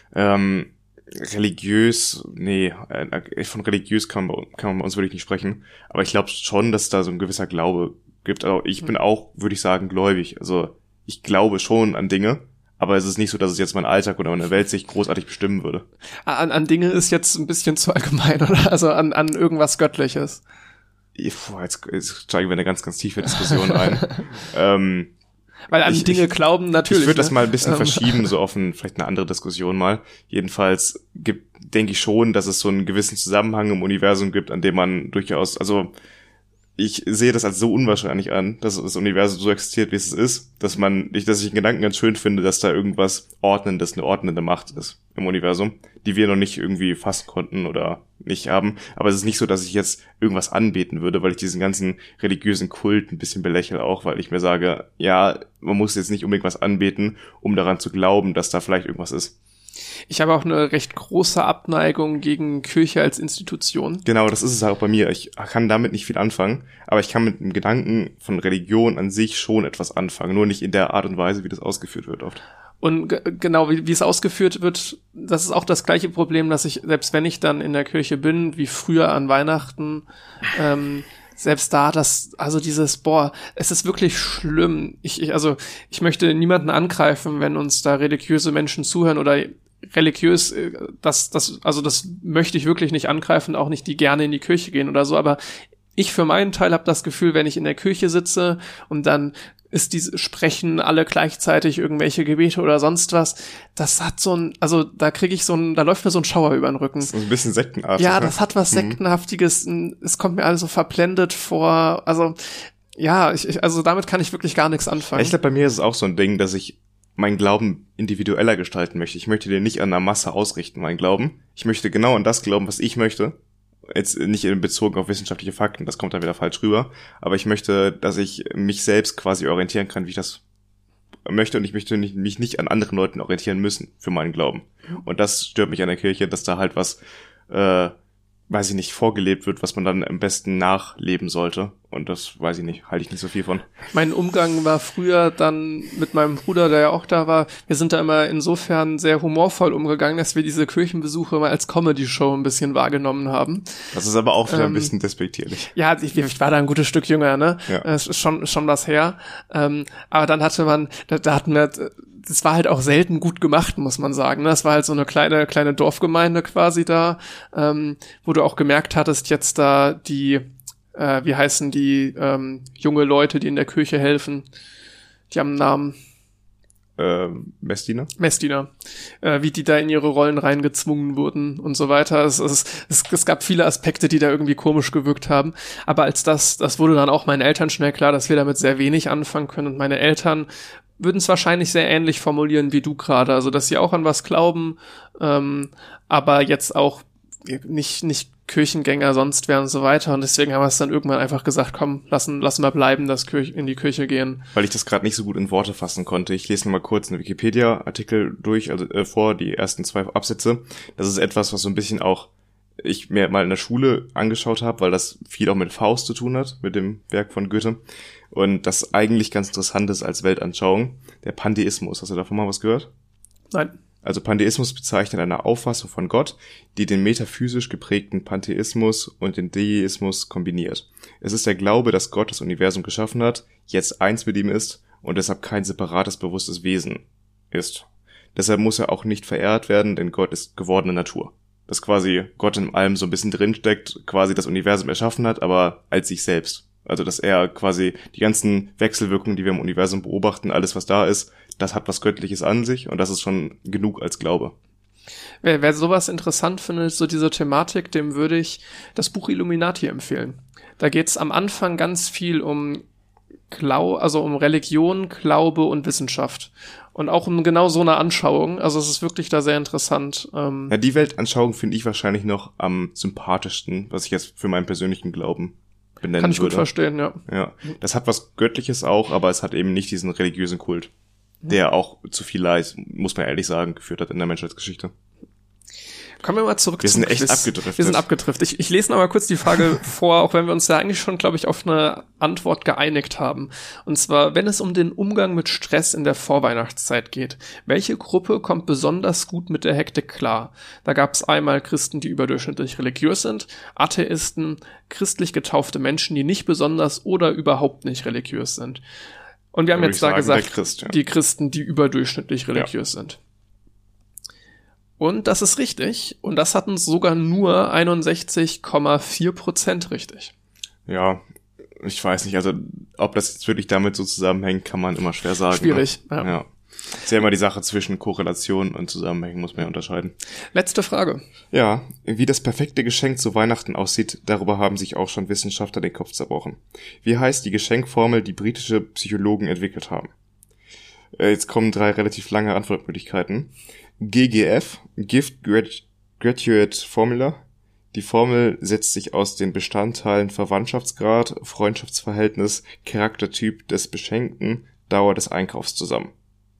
Religiös, nee, von religiös kann man bei uns wirklich nicht sprechen, aber ich glaube schon, dass es da so ein gewisser Glaube gibt. Also ich bin auch, würde ich sagen, gläubig. Also ich glaube schon an Dinge, aber es ist nicht so, dass es jetzt mein Alltag oder meine Weltsicht großartig bestimmen würde. An Dinge ist jetzt ein bisschen zu allgemein, oder? Also an irgendwas Göttliches. Jetzt steigen wir in eine ganz, ganz tiefe Diskussion ein. Weil an Dinge glauben natürlich. Ich würde das mal ein bisschen verschieben, so auf vielleicht eine andere Diskussion mal. Jedenfalls denke ich schon, dass es so einen gewissen Zusammenhang im Universum gibt, an dem man durchaus, also ich sehe das als so unwahrscheinlich an, dass das Universum so existiert, wie es ist, dass ich einen Gedanken ganz schön finde, dass da irgendwas Ordnendes, eine ordnende Macht ist im Universum, die wir noch nicht irgendwie fassen konnten oder nicht haben. Aber es ist nicht so, dass ich jetzt irgendwas anbeten würde, weil ich diesen ganzen religiösen Kult ein bisschen belächle auch, weil ich mir sage, ja, man muss jetzt nicht unbedingt was anbeten, um daran zu glauben, dass da vielleicht irgendwas ist. Ich habe auch eine recht große Abneigung gegen Kirche als Institution. Genau, das ist es auch bei mir. Ich kann damit nicht viel anfangen, aber ich kann mit dem Gedanken von Religion an sich schon etwas anfangen, nur nicht in der Art und Weise, wie das ausgeführt wird oft. Und genau, wie es ausgeführt wird, das ist auch das gleiche Problem, dass ich, selbst wenn ich dann in der Kirche bin, wie früher an Weihnachten, selbst da, es ist wirklich schlimm. Ich möchte niemanden angreifen, wenn uns da religiöse Menschen zuhören oder religiös, das möchte ich wirklich nicht angreifen, auch nicht die gerne in die Kirche gehen oder so, aber ich für meinen Teil habe das Gefühl, wenn ich in der Kirche sitze und dann sprechen alle gleichzeitig irgendwelche Gebete oder sonst was, das hat da läuft mir so ein Schauer über den Rücken. Das ist ein bisschen sektenartig. Ja, das hat was Sektenhaftiges, es kommt mir alles so verblendet vor, damit kann ich wirklich gar nichts anfangen. Ich glaube, bei mir ist es auch so ein Ding, dass ich meinen Glauben individueller gestalten möchte. Ich möchte den nicht an der Masse ausrichten, meinen Glauben. Ich möchte genau an das glauben, was ich möchte. Jetzt nicht in Bezug auf wissenschaftliche Fakten, das kommt dann wieder falsch rüber. Aber ich möchte, dass ich mich selbst quasi orientieren kann, wie ich das möchte. Und ich möchte mich nicht an anderen Leuten orientieren müssen für meinen Glauben. Und das stört mich an der Kirche, dass da halt was, weiß ich nicht, vorgelebt wird, was man dann am besten nachleben sollte. Und das, weiß ich nicht, halte ich nicht so viel von. Mein Umgang war früher dann mit meinem Bruder, der ja auch da war. Wir sind da immer insofern sehr humorvoll umgegangen, dass wir diese Kirchenbesuche mal als Comedy-Show ein bisschen wahrgenommen haben. Das ist aber auch wieder ein bisschen despektierlich. Ja, ich war da ein gutes Stück jünger, ne? Ja. Es ist schon was her. Aber dann hatten wir, das war halt auch selten gut gemacht, muss man sagen. Das war halt so eine kleine Dorfgemeinde quasi da, wo du auch gemerkt hattest, jetzt da die, wie heißen die junge Leute, die in der Kirche helfen? Die haben einen Namen. Messdiener. Wie die da in ihre Rollen reingezwungen wurden und so weiter. Es gab viele Aspekte, die da irgendwie komisch gewirkt haben. Aber als das wurde dann auch meinen Eltern schnell klar, dass wir damit sehr wenig anfangen können. Und meine Eltern würden es wahrscheinlich sehr ähnlich formulieren wie du gerade. Also, dass sie auch an was glauben, aber jetzt auch nicht Kirchengänger sonst wären und so weiter. Und deswegen haben wir es dann irgendwann einfach gesagt, komm, lassen wir bleiben, dass in die Kirche gehen. Weil ich das gerade nicht so gut in Worte fassen konnte. Ich lese mal kurz einen Wikipedia-Artikel durch, vor die ersten 2 Absätze. Das ist etwas, was so ein bisschen auch ich mir mal in der Schule angeschaut habe, weil das viel auch mit Faust zu tun hat, mit dem Werk von Goethe. Und das eigentlich ganz interessant ist als Weltanschauung, der Pantheismus. Hast du davon mal was gehört? Nein. Also Pantheismus bezeichnet eine Auffassung von Gott, die den metaphysisch geprägten Pantheismus und den Deismus kombiniert. Es ist der Glaube, dass Gott das Universum geschaffen hat, jetzt eins mit ihm ist und deshalb kein separates, bewusstes Wesen ist. Deshalb muss er auch nicht verehrt werden, denn Gott ist gewordene Natur. Dass quasi Gott in allem so ein bisschen drinsteckt, quasi das Universum erschaffen hat, aber als sich selbst. Also dass er quasi die ganzen Wechselwirkungen, die wir im Universum beobachten, alles was da ist, das hat was Göttliches an sich und das ist schon genug als Glaube. Wer sowas interessant findet, so diese Thematik, dem würde ich das Buch Illuminati empfehlen. Da geht's am Anfang ganz viel um um Religion, Glaube und Wissenschaft. Und auch um genau so eine Anschauung. Also es ist wirklich da sehr interessant. Ja, die Weltanschauung finde ich wahrscheinlich noch am sympathischsten, was ich jetzt für meinen persönlichen Glauben benennen würde. Kann ich gut verstehen, ja. Ja, das hat was Göttliches auch, aber es hat eben nicht diesen religiösen Kult, der auch zu viel Leid, muss man ehrlich sagen, geführt hat in der Menschheitsgeschichte. Kommen wir mal zurück zum Quiz. Wir sind abgedriftet. Ich lese noch mal kurz die Frage vor, auch wenn wir uns da eigentlich schon, glaube ich, auf eine Antwort geeinigt haben. Und zwar, wenn es um den Umgang mit Stress in der Vorweihnachtszeit geht, welche Gruppe kommt besonders gut mit der Hektik klar? Da gab es einmal Christen, die überdurchschnittlich religiös sind, Atheisten, christlich getaufte Menschen, die nicht besonders oder überhaupt nicht religiös sind. Und wir haben jetzt da gesagt, die Christen, die überdurchschnittlich religiös sind. Und das ist richtig. Und das hatten sogar nur 61,4% richtig. Ja, ich weiß nicht. Also, ob das jetzt wirklich damit so zusammenhängt, kann man immer schwer sagen. Schwierig, ne? Ja. Ist ja immer die Sache zwischen Korrelation und Zusammenhängen, muss man ja unterscheiden. Letzte Frage. Ja, wie das perfekte Geschenk zu Weihnachten aussieht, darüber haben sich auch schon Wissenschaftler den Kopf zerbrochen. Wie heißt die Geschenkformel, die britische Psychologen entwickelt haben? Jetzt kommen 3 relativ lange Antwortmöglichkeiten. GGF, Gift Graduate Formula. Die Formel setzt sich aus den Bestandteilen Verwandtschaftsgrad, Freundschaftsverhältnis, Charaktertyp des Beschenkten, Dauer des Einkaufs zusammen.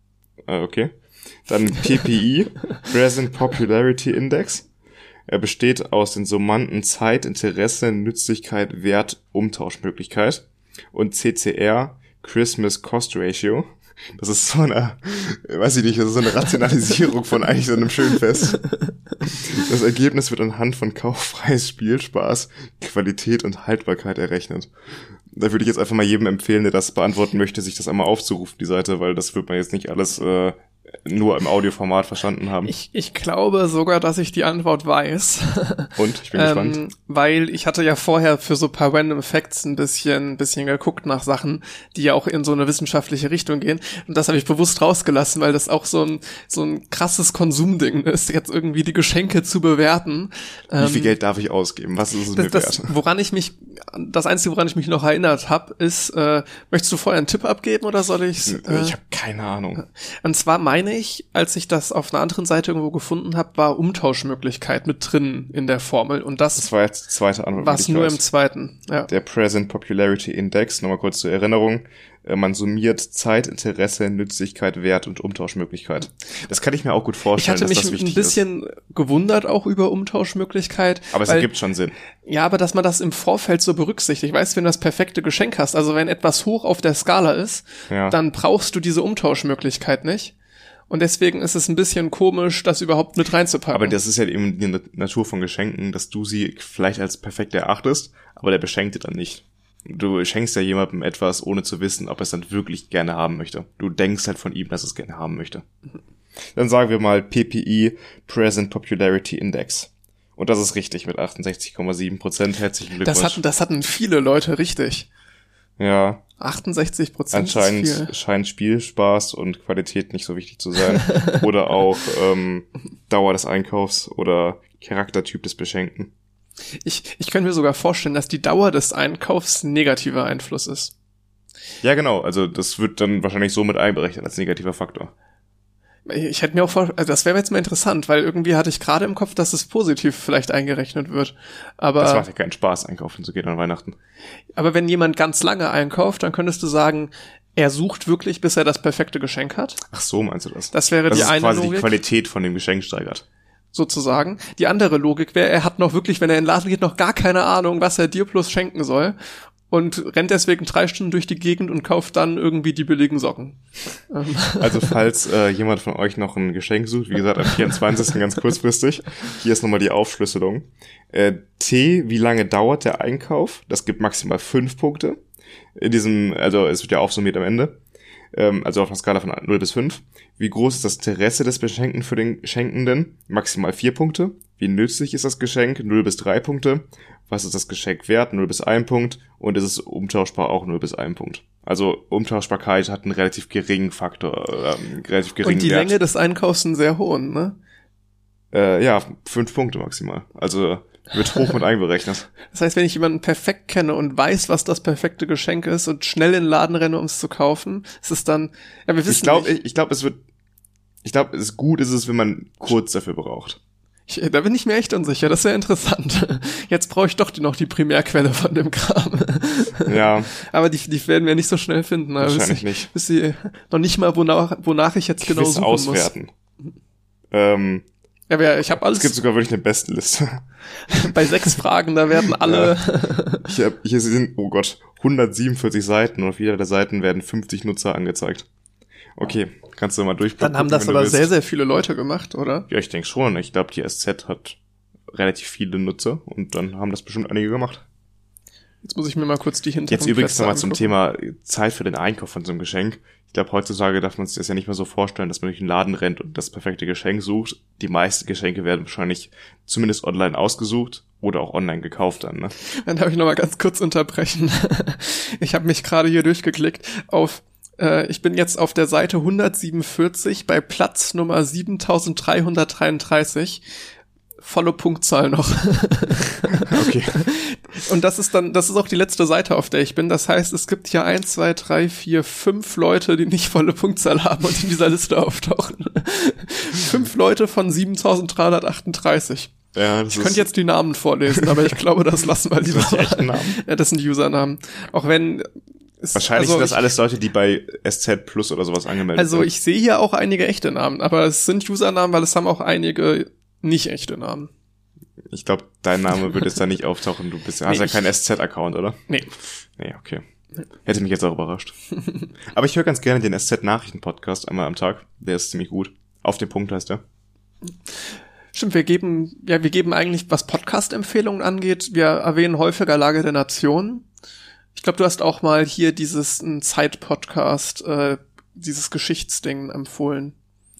Okay. Dann PPI, Present Popularity Index. Er besteht aus den Summanden Zeit, Interesse, Nützlichkeit, Wert, Umtauschmöglichkeit. Und CCR, Christmas Cost Ratio. Das ist so eine, weiß ich nicht, das ist so eine Rationalisierung von eigentlich so einem schönen Fest. Das Ergebnis wird anhand von Kaufpreis, Spielspaß, Qualität und Haltbarkeit errechnet. Da würde ich jetzt einfach mal jedem empfehlen, der das beantworten möchte, sich das einmal aufzurufen, die Seite, weil das wird man jetzt nicht alles nur im Audioformat verstanden haben. Ich glaube sogar, dass ich die Antwort weiß. Und? Ich bin gespannt. Weil ich hatte ja vorher für so ein paar Random Facts ein bisschen geguckt nach Sachen, die ja auch in so eine wissenschaftliche Richtung gehen. Und das habe ich bewusst rausgelassen, weil das auch so ein krasses Konsumding ist, jetzt irgendwie die Geschenke zu bewerten. Wie viel Geld darf ich ausgeben? Was ist es mir wert? Das Einzige, woran ich mich noch erinnert habe, ist, möchtest du vorher einen Tipp abgeben oder soll ich's? Ich habe keine Ahnung. Und zwar meine ich, als ich das auf einer anderen Seite irgendwo gefunden habe, war Umtauschmöglichkeit mit drin in der Formel. Und das war jetzt die zweite Antwort. War es nur im zweiten, ja. Der Present Popularity Index, nochmal kurz zur Erinnerung. Man summiert Zeit, Interesse, Nützlichkeit, Wert und Umtauschmöglichkeit. Das kann ich mir auch gut vorstellen, dass das wichtig ist. Ich hatte mich ein bisschen gewundert auch über Umtauschmöglichkeit. Aber es ergibt schon Sinn. Ja, aber dass man das im Vorfeld so berücksichtigt. Weißt du, wenn du das perfekte Geschenk hast, also wenn etwas hoch auf der Skala ist, dann brauchst du diese Umtauschmöglichkeit nicht. Und deswegen ist es ein bisschen komisch, das überhaupt mit reinzupacken. Aber das ist ja eben die Natur von Geschenken, dass du sie vielleicht als perfekt erachtest, aber der Beschenkte dann nicht. Du schenkst ja jemandem etwas, ohne zu wissen, ob er es dann wirklich gerne haben möchte. Du denkst halt von ihm, dass er es gerne haben möchte. Dann sagen wir mal PPI, Present Popularity Index. Und das ist richtig mit 68,7%. Herzlichen Glückwunsch. Das hatten viele Leute richtig. Ja. 68% Anscheinend scheint Spielspaß und Qualität nicht so wichtig zu sein. Oder auch Dauer des Einkaufs oder Charaktertyp des Beschenkten. Ich könnte mir sogar vorstellen, dass die Dauer des Einkaufs negativer Einfluss ist. Ja, genau. Also das wird dann wahrscheinlich so mit einberechnet als negativer Faktor. Ich hätte mir auch also das wäre jetzt mal interessant, weil irgendwie hatte ich gerade im Kopf, dass es positiv vielleicht eingerechnet wird. Aber das macht ja keinen Spaß, einkaufen zu gehen an Weihnachten. Aber wenn jemand ganz lange einkauft, dann könntest du sagen, er sucht wirklich, bis er das perfekte Geschenk hat. Ach so, meinst du das? Das wäre die eine Logik. Das ist quasi die Qualität von dem Geschenk steigert. Sozusagen. Die andere Logik wäre, er hat noch wirklich, wenn er in den Laden geht, noch gar keine Ahnung, was er dir plus schenken soll. Und rennt deswegen 3 Stunden durch die Gegend und kauft dann irgendwie die billigen Socken. Also falls jemand von euch noch ein Geschenk sucht, wie gesagt, am 24. ganz kurzfristig, hier ist nochmal die Aufschlüsselung. T, wie lange dauert der Einkauf? Das gibt maximal 5 Punkte. Also es wird ja aufsummiert am Ende. Also auf einer Skala von 0 bis 5. Wie groß ist das Interesse des Beschenkten für den Schenkenden? Maximal 4 Punkte. Wie nützlich ist das Geschenk? 0 bis 3 Punkte. Was ist das Geschenk wert? 0 bis 1 Punkt. Und ist es umtauschbar? Auch 0 bis 1 Punkt. Also Umtauschbarkeit hat einen relativ geringen Faktor, relativ geringen Wert. Und die Länge des Einkaufs einen sehr hohen, ne? Ja, 5 Punkte maximal. Also wird hoch mit einberechnet. Das heißt, wenn ich jemanden perfekt kenne und weiß, was das perfekte Geschenk ist und schnell in den Laden renne, um es zu kaufen, ist es dann, ja, wir wissen Ich glaube, es gut ist es, wenn man kurz dafür braucht. Da bin ich mir echt unsicher, das wäre interessant. Jetzt brauche ich doch noch die Primärquelle von dem Kram. Ja. Aber die werden wir nicht so schnell finden. Wahrscheinlich nicht. Bis sie noch nicht mal, wonach ich jetzt genau suchen auswerten. muss. Ja, ich habe alles. Es gibt sogar wirklich eine Bestenliste. Bei 6 Fragen, da werden alle. Ja. Hier sind, 147 Seiten und auf jeder der Seiten werden 50 Nutzer angezeigt. Okay, kannst du mal durchblicken. Dann haben das aber sehr, sehr viele Leute gemacht, oder? Ja, ich denke schon. Ich glaube, die SZ hat relativ viele Nutzer und dann haben das bestimmt einige gemacht. Jetzt muss ich mir mal kurz die Hintergrund. Jetzt übrigens nochmal zum Thema Zeit für den Einkauf von so einem Geschenk. Ich glaube, heutzutage darf man sich das ja nicht mehr so vorstellen, dass man durch den Laden rennt und das perfekte Geschenk sucht. Die meisten Geschenke werden wahrscheinlich zumindest online ausgesucht oder auch online gekauft dann, ne? Dann darf ich nochmal ganz kurz unterbrechen. Ich habe mich gerade hier durchgeklickt auf Ich bin jetzt auf der Seite 147 bei Platz Nummer 7333. Volle Punktzahl noch. Okay. Und das ist auch die letzte Seite, auf der ich bin. Das heißt, es gibt hier 1, 2, 3, 4, 5 Leute, die nicht volle Punktzahl haben und in dieser Liste auftauchen. 5 Leute von 7338. Ja, ich könnte jetzt die Namen vorlesen, aber ich glaube, das lassen wir lieber. Das sind die echten Namen? Ja, das sind die Usernamen. Auch wenn wahrscheinlich sind das alles Leute, die bei SZ Plus oder sowas angemeldet sind. Also ich sehe hier auch einige echte Namen, aber es sind Usernamen, weil es haben auch einige nicht echte Namen. Ich glaube, dein Name würde jetzt da nicht auftauchen. Du hast ja keinen SZ-Account, oder? Nee, okay. Hätte mich jetzt auch überrascht. Aber ich höre ganz gerne den SZ-Nachrichten-Podcast einmal am Tag. Der ist ziemlich gut. Auf den Punkt heißt der. Stimmt, wir geben eigentlich, was Podcast-Empfehlungen angeht, wir erwähnen häufiger Lage der Nation. Ich glaube, du hast auch mal hier dieses Zeit-Podcast, dieses Geschichtsding empfohlen.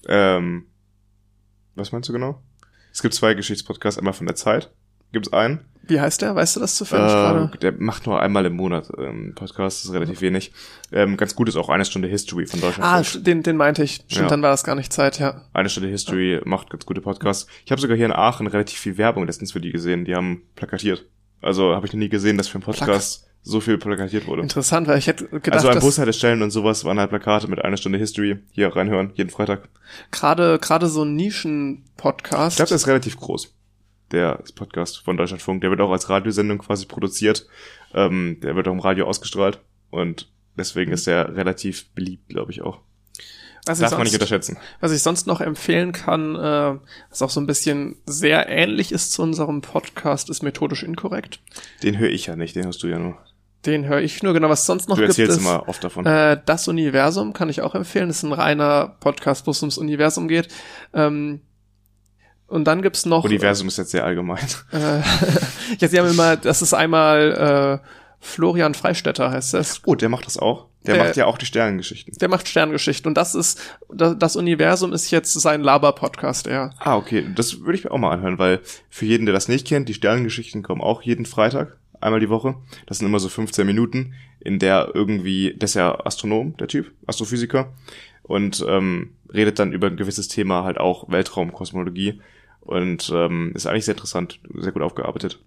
Was meinst du genau? Es gibt 2 Geschichtspodcasts, einmal von der Zeit. Gibt's einen. Wie heißt der? Weißt du das zufällig gerade? Der macht nur einmal im Monat Podcast, das ist relativ wenig. Ganz gut ist auch 1 Stunde History von Deutschland. Den meinte ich. Stimmt, ja. Dann war das gar nicht Zeit, ja. 1 Stunde History macht ganz gute Podcasts. Ich habe sogar hier in Aachen relativ viel Werbung letztens für die gesehen. Die haben plakatiert. Also habe ich noch nie gesehen, dass für einen Podcast so viel plakatiert wurde. Interessant, weil ich hätte gedacht, also an Bushaltestellen und sowas waren halt Plakate mit 1 Stunde History. Hier reinhören, jeden Freitag. Gerade so ein Nischen-Podcast. Ich glaube, der ist relativ groß. Der Podcast von Deutschlandfunk. Der wird auch als Radiosendung quasi produziert. Der wird auch im Radio ausgestrahlt. Und deswegen ist der relativ beliebt, glaube ich auch. Darf man nicht unterschätzen. Was ich sonst noch empfehlen kann, was auch so ein bisschen sehr ähnlich ist zu unserem Podcast, ist Methodisch Inkorrekt. Den höre ich ja nicht, den hörst du ja nur. Den höre ich nur, genau. Was sonst noch gibt, du erzählst immer oft davon. Das Universum kann ich auch empfehlen. Das ist ein reiner Podcast, wo es ums Universum geht. Und dann gibt's noch... Universum ist jetzt sehr allgemein. Ja, sie haben immer, das ist einmal Florian Freistetter heißt das. Oh, der macht das auch. Der macht ja auch die Sternengeschichten. Der macht Sternengeschichten und das Universum ist jetzt sein Laber-Podcast, ja. Ah, okay. Das würde ich mir auch mal anhören, weil für jeden, der das nicht kennt, die Sternengeschichten kommen auch jeden Freitag, einmal die Woche. Das sind immer so 15 Minuten, in der irgendwie, der ist ja Astronom, der Typ, Astrophysiker, und redet dann über ein gewisses Thema, halt auch Weltraumkosmologie. Und ist eigentlich sehr interessant, sehr gut aufgearbeitet.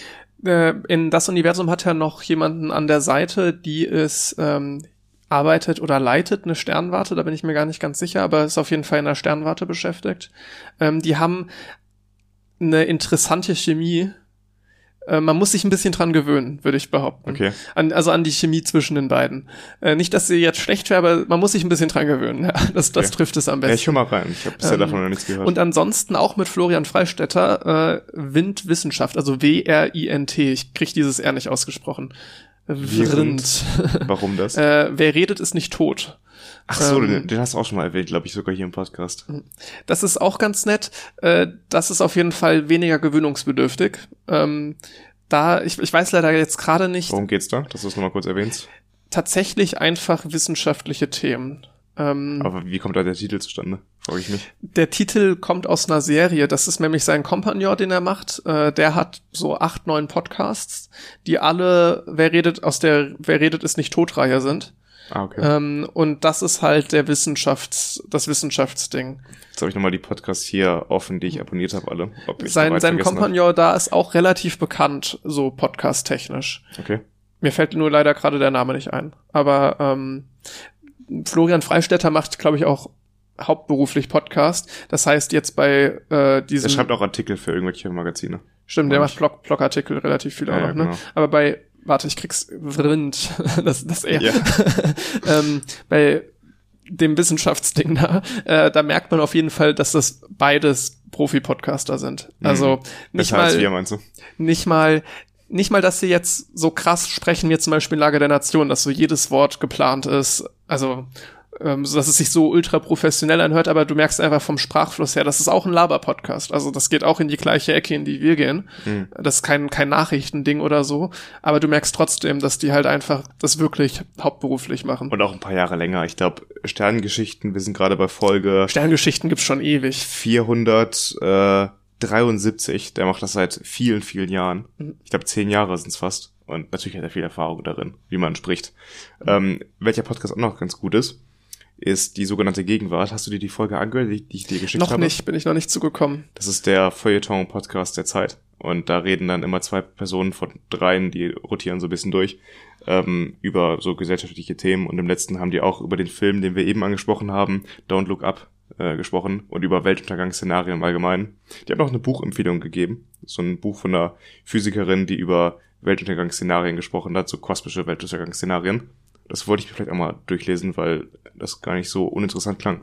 In das Universum hat er noch jemanden an der Seite, die es arbeitet oder leitet, eine Sternwarte, da bin ich mir gar nicht ganz sicher, aber ist auf jeden Fall in der Sternwarte beschäftigt. Die haben eine interessante Chemie. Man muss sich ein bisschen dran gewöhnen, würde ich behaupten. Okay. An die Chemie zwischen den beiden. Nicht, dass sie jetzt schlecht wäre, aber man muss sich ein bisschen dran gewöhnen. Ja, das trifft es am besten. Ja, ich höre mal rein. Ich habe bisher davon noch nichts gehört. Und ansonsten auch mit Florian Freistetter Windwissenschaft, also WRINT. Ich krieg dieses R nicht ausgesprochen. Vrind. Warum das? Wer redet, ist nicht tot. Ach so, den hast du auch schon mal erwähnt, glaube ich, sogar hier im Podcast. Das ist auch ganz nett. Das ist auf jeden Fall weniger gewöhnungsbedürftig. Ich weiß leider jetzt gerade nicht. Worum geht's da, dass du es nochmal kurz erwähnst? Tatsächlich einfach wissenschaftliche Themen. Aber wie kommt da der Titel zustande? Frage ich mich. Der Titel kommt aus einer Serie. Das ist nämlich sein Kompagnon, den er macht. Der hat so 8, 9 Podcasts, die alle Wer redet ist nicht tot-Reihe sind. Ah, okay. Und das ist halt das Wissenschaftsding. Jetzt habe ich nochmal die Podcasts hier offen, die ich abonniert habe, alle. Sein Kompagnon da ist auch relativ bekannt, so podcast-technisch. Okay. Mir fällt nur leider gerade der Name nicht ein. Aber Florian Freistetter macht, glaube ich, auch hauptberuflich Podcast. Das heißt jetzt bei diesem... Er schreibt auch Artikel für irgendwelche Magazine. Stimmt, der macht Blogartikel relativ viel auch noch, ne? Genau. Aber warte, ich krieg's Vrind, das eher. Yeah. Bei dem Wissenschaftsding da merkt man auf jeden Fall, dass das beides Profi-Podcaster sind. Also nicht mal, dass sie jetzt so krass sprechen wie zum Beispiel Lage der Nation, dass so jedes Wort geplant ist. Also so dass es sich so ultra professionell anhört, aber du merkst einfach vom Sprachfluss her, das ist auch ein Laber-Podcast. Also das geht auch in die gleiche Ecke, in die wir gehen. Das ist kein Nachrichtending oder so, aber du merkst trotzdem, dass die halt einfach das wirklich hauptberuflich machen. Und auch ein paar Jahre länger. Ich glaube, Sternengeschichten, wir sind gerade bei Folge... Sternengeschichten gibt's schon ewig. 473, der macht das seit vielen, vielen Jahren. Ich glaube, 10 Jahre sind's fast. Und natürlich hat er viel Erfahrung darin, wie man spricht. Welcher Podcast auch noch ganz gut ist die sogenannte Gegenwart. Hast du dir die Folge angehört, die ich dir geschickt habe? Noch nicht, bin ich noch nicht zugekommen. Das ist der Feuilleton-Podcast der Zeit. Und da reden dann immer 2 Personen von 3, die rotieren so ein bisschen durch, über so gesellschaftliche Themen. Und im letzten haben die auch über den Film, den wir eben angesprochen haben, Don't Look Up, gesprochen und über Weltuntergangsszenarien im Allgemeinen. Die haben auch eine Buchempfehlung gegeben. So ein Buch von einer Physikerin, die über Weltuntergangsszenarien gesprochen hat, so kosmische Weltuntergangsszenarien. Das wollte ich mir vielleicht auch mal durchlesen, weil das gar nicht so uninteressant klang.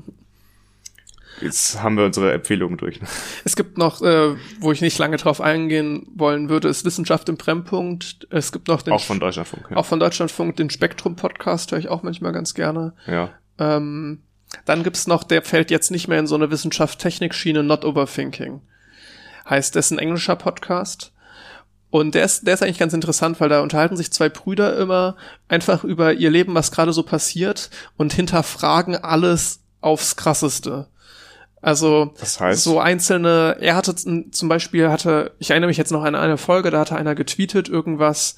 Jetzt haben wir unsere Empfehlungen durch. Ne? Es gibt noch, wo ich nicht lange drauf eingehen wollen würde, ist Wissenschaft im Brennpunkt. Es gibt noch den auch von Deutschlandfunk. Ja. Auch von Deutschlandfunk, den Spektrum-Podcast höre ich auch manchmal ganz gerne. Ja. Dann gibt's noch, der fällt jetzt nicht mehr in so eine Wissenschaft-Technik-Schiene, Not Overthinking. Heißt, das ist ein englischer Podcast. Und der ist eigentlich ganz interessant, weil da unterhalten sich 2 Brüder immer einfach über ihr Leben, was gerade so passiert und hinterfragen alles aufs Krasseste. Also das heißt? So einzelne, er hatte zum Beispiel, ich erinnere mich jetzt noch an eine Folge, da hatte einer getweetet irgendwas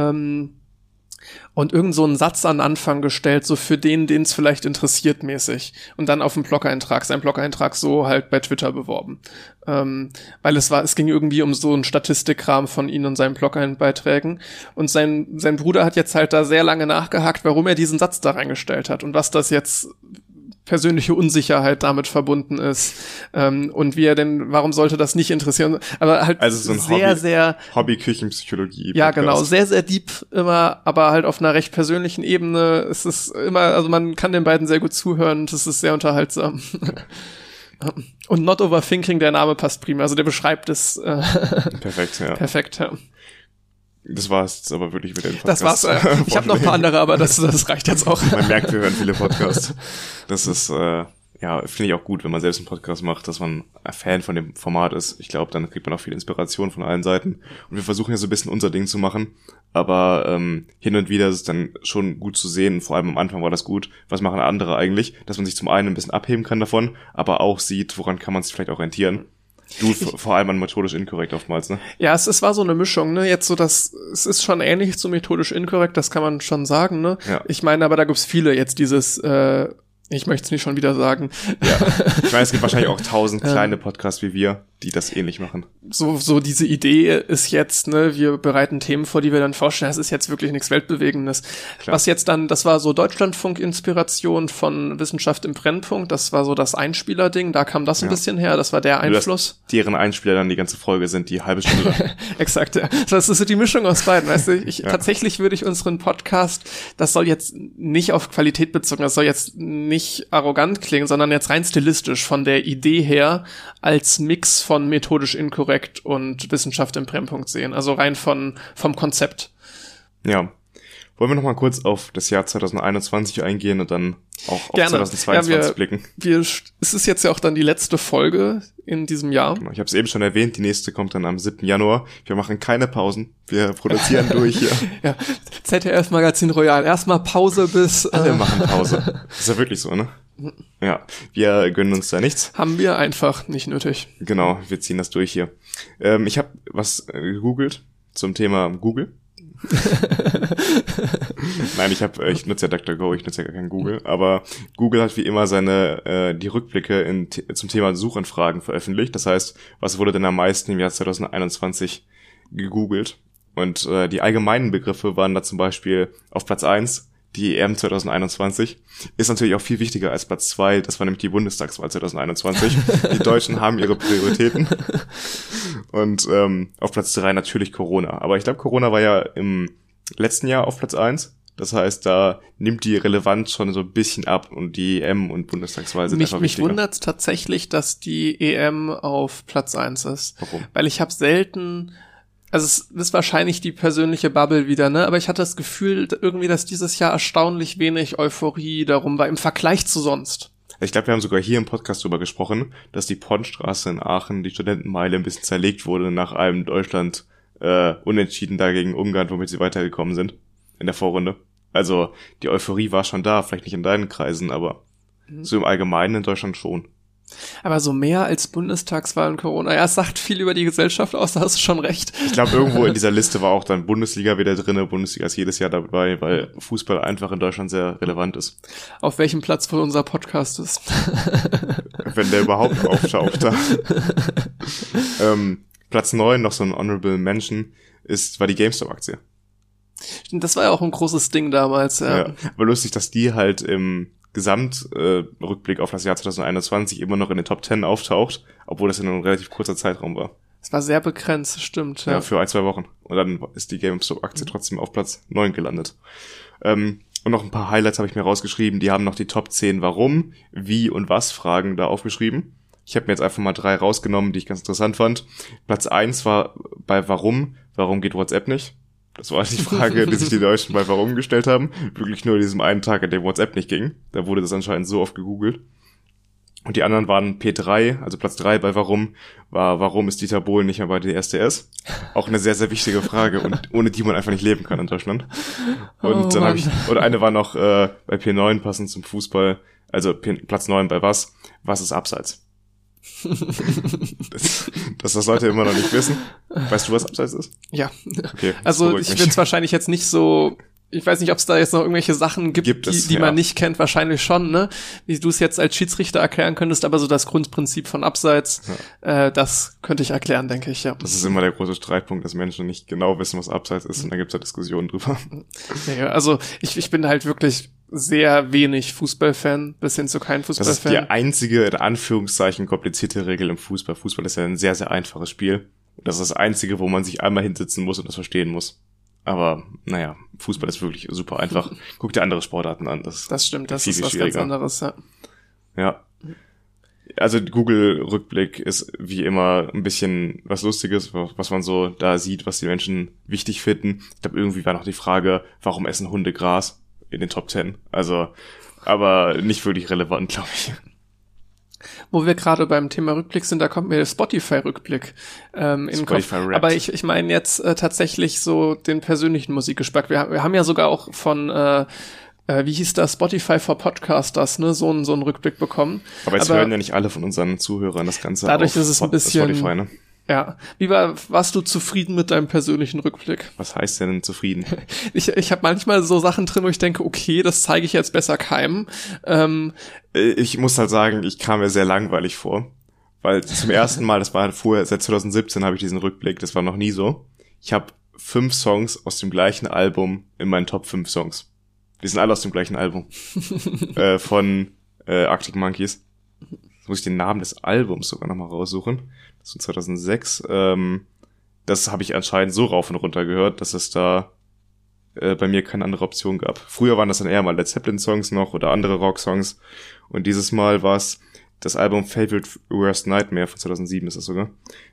und irgend so einen Satz an Anfang gestellt, so für den es vielleicht interessiert mäßig. Und dann auf dem seinen Blog-Eintrag so halt bei Twitter beworben. Weil es ging irgendwie um so einen Statistikkram von ihm und seinen Blog-Beiträgen. Und sein Bruder hat jetzt halt da sehr lange nachgehakt, warum er diesen Satz da reingestellt hat und was das jetzt persönliche Unsicherheit damit verbunden ist und warum sollte das nicht interessieren, aber halt also so ein sehr Hobby-Küchenpsychologie. Ja, genau, sehr, sehr deep immer, aber halt auf einer recht persönlichen Ebene. Es ist immer, also man kann den beiden sehr gut zuhören und es ist sehr unterhaltsam. Und Not Overthinking, der Name passt prima, also der beschreibt es perfekt, ja. Perfekt, ja. Das war's jetzt aber wirklich mit dem Podcast. Das war's. Ich habe noch ein paar andere, aber das reicht jetzt auch. Man merkt, wir hören viele Podcasts. Das ist, finde ich auch gut, wenn man selbst einen Podcast macht, dass man ein Fan von dem Format ist. Ich glaube, dann kriegt man auch viel Inspiration von allen Seiten. Und wir versuchen ja so ein bisschen unser Ding zu machen. Aber hin und wieder ist es dann schon gut zu sehen. Vor allem am Anfang war das gut. Was machen andere eigentlich? Dass man sich zum einen ein bisschen abheben kann davon, aber auch sieht, woran kann man sich vielleicht orientieren. Du vor allem an methodisch inkorrekt oftmals, ne? Ja, es war so eine Mischung, ne? Jetzt so es ist schon ähnlich zu methodisch inkorrekt, das kann man schon sagen, ne? Ja. Ich meine, aber da gibt's viele jetzt ich möchte es nicht schon wieder sagen. Ja. Ich meine, es gibt wahrscheinlich auch 1000 kleine Podcasts wie wir, die das ähnlich machen. So diese Idee ist jetzt, ne, wir bereiten Themen vor, die wir dann vorstellen. Das ist jetzt wirklich nichts Weltbewegendes. Klar. Was jetzt dann, das war so Deutschlandfunk-Inspiration von Wissenschaft im Brennpunkt. Das war so das Einspieler-Ding. Da kam das ein bisschen her. Das war der Einfluss. Deren Einspieler dann die ganze Folge sind, die halbe Stunde lang. Exakt, ja. Das ist so die Mischung aus beiden, weißt du? Tatsächlich würde ich unseren Podcast, das soll jetzt nicht auf Qualität bezogen, das soll jetzt nicht arrogant klingen, sondern jetzt rein stilistisch von der Idee her als Mix von methodisch inkorrekt und Wissenschaft im Brennpunkt sehen. Also rein vom Konzept. Ja. Wollen wir noch mal kurz auf das Jahr 2021 eingehen und dann auch auf Gerne. 2022 blicken? Es ist jetzt ja auch dann die letzte Folge in diesem Jahr. Genau, ich habe es eben schon erwähnt, die nächste kommt dann am 7. Januar. Wir machen keine Pausen, wir produzieren durch hier. Ja, ZDF Magazin Royal, erstmal Pause bis... Alle machen Pause. Das ist ja wirklich so, ne? Ja, wir gönnen uns da nichts. Haben wir einfach nicht nötig. Genau, wir ziehen das durch hier. Ich habe was gegoogelt zum Thema Google. Nein, ich nutze ja DuckDuckGo, ich nutze ja gar kein Google, aber Google hat wie immer die Rückblicke zum Thema Suchanfragen veröffentlicht. Das heißt, was wurde denn am meisten im Jahr 2021 gegoogelt? Und die allgemeinen Begriffe waren da zum Beispiel auf Platz 1 die EM 2021. Ist natürlich auch viel wichtiger als Platz 2, das war nämlich die Bundestagswahl 2021. Die Deutschen haben ihre Prioritäten. Und auf Platz 3 natürlich Corona. Aber ich glaube, Corona war ja im letzten Jahr auf Platz 1. Das heißt, da nimmt die Relevanz schon so ein bisschen ab und die EM und Bundestagswahl sind einfach wichtiger. Mich wundert es tatsächlich, dass die EM auf Platz 1 ist. Warum? Weil ich habe selten... Also es ist wahrscheinlich die persönliche Bubble wieder, ne? Aber ich hatte das Gefühl irgendwie, dass dieses Jahr erstaunlich wenig Euphorie darum war im Vergleich zu sonst. Ich glaube, wir haben sogar hier im Podcast drüber gesprochen, dass die Pontstraße in Aachen, die Studentenmeile, ein bisschen zerlegt wurde nach einem Deutschland Unentschieden dagegen Ungarn, womit sie weitergekommen sind in der Vorrunde. Also die Euphorie war schon da, vielleicht nicht in deinen Kreisen, aber so im Allgemeinen in Deutschland schon. Aber so mehr als Bundestagswahlen Corona, ja, es sagt viel über die Gesellschaft aus, da hast du schon recht. Ich glaube, irgendwo in dieser Liste war auch dann Bundesliga wieder drinne. Bundesliga ist jedes Jahr dabei, weil Fußball einfach in Deutschland sehr relevant ist. Auf welchem Platz wohl unser Podcast ist. Wenn der überhaupt auftaucht da. Platz 9, noch so ein Honorable Mention, war die GameStop-Aktie. Das war ja auch ein großes Ding damals, ja. Aber lustig, dass die halt im Gesamtrückblick auf das Jahr 2021 immer noch in den Top 10 auftaucht, obwohl das in einem relativ kurzer Zeitraum war. Es war sehr begrenzt, stimmt. Ja, für 1-2 Wochen. Und dann ist die GameStop-Aktie trotzdem auf Platz 9 gelandet. Und noch ein paar Highlights habe ich mir rausgeschrieben. Die haben noch die Top 10 Warum, Wie und Was Fragen da aufgeschrieben. Ich habe mir jetzt einfach mal 3 rausgenommen, die ich ganz interessant fand. Platz 1 war bei Warum geht WhatsApp nicht? Das war die Frage, die sich die Deutschen bei Warum gestellt haben. Wirklich nur an diesem einen Tag, an dem WhatsApp nicht ging. Da wurde das anscheinend so oft gegoogelt. Und die anderen waren P3, also Platz 3 bei Warum ist Dieter Bohlen nicht mehr bei der DSDS? Auch eine sehr, sehr wichtige Frage und ohne die man einfach nicht leben kann in Deutschland. Und dann oder eine war noch bei P9 passend zum Fußball, also Platz 9 bei Was ist Abseits? Dass das Leute immer noch nicht wissen. Weißt du, was Abseits ist? Ja. Okay, also ich würde es wahrscheinlich jetzt nicht so, ich weiß nicht, ob es da jetzt noch irgendwelche Sachen gibt die man nicht kennt, wahrscheinlich schon, ne? Wie du es jetzt als Schiedsrichter erklären könntest, aber so das Grundprinzip von Abseits, das könnte ich erklären, denke ich, ja. Das ist immer der große Streitpunkt, dass Menschen nicht genau wissen, was Abseits ist, und da gibt's ja Diskussionen drüber. Ja, also ich bin halt wirklich sehr wenig Fußballfan, bis hin zu kein Fußballfan. Das ist die einzige, in Anführungszeichen, komplizierte Regel im Fußball. Fußball ist ja ein sehr, sehr einfaches Spiel. Das ist das Einzige, wo man sich einmal hinsetzen muss und das verstehen muss. Aber, naja, Fußball ist wirklich super einfach. Guck dir andere Sportarten an. Das stimmt, das ist was ganz anderes, ja. Ja. Also Google-Rückblick ist wie immer ein bisschen was Lustiges, was man so da sieht, was die Menschen wichtig finden. Ich glaube, irgendwie war noch die Frage, warum essen Hunde Gras in den Top 10? Also, aber nicht wirklich relevant, glaube ich. Wo wir gerade beim Thema Rückblick sind, da kommt mir der Spotify-Rückblick in den Kopf. Aber ich meine jetzt tatsächlich so den persönlichen Musikgeschmack. Wir haben ja sogar auch von wie hieß das, Spotify for Podcasters, ne, so einen Rückblick bekommen. Aber jetzt hören ja nicht alle von unseren Zuhörern das Ganze dadurch auf ist es ein bisschen Spotify, ne? Ja. Warst du zufrieden mit deinem persönlichen Rückblick? Was heißt denn zufrieden? Ich habe manchmal so Sachen drin, wo ich denke, okay, das zeige ich jetzt besser keinem. Ich muss halt sagen, ich kam mir sehr langweilig vor. Weil zum ersten Mal, das war halt vorher, seit 2017 habe ich diesen Rückblick, das war noch nie so. Ich habe 5 Songs aus dem gleichen Album in meinen Top 5 Songs. Die sind alle aus dem gleichen Album. Von Arctic Monkeys. Jetzt muss ich den Namen des Albums sogar nochmal raussuchen. Das ist von 2006. Das habe ich anscheinend so rauf und runter gehört, dass es da bei mir keine andere Option gab. Früher waren das dann eher mal Led Zeppelin-Songs noch oder andere Rock-Songs. Und dieses Mal war es das Album Favorite Worst Nightmare von 2007 ist das sogar.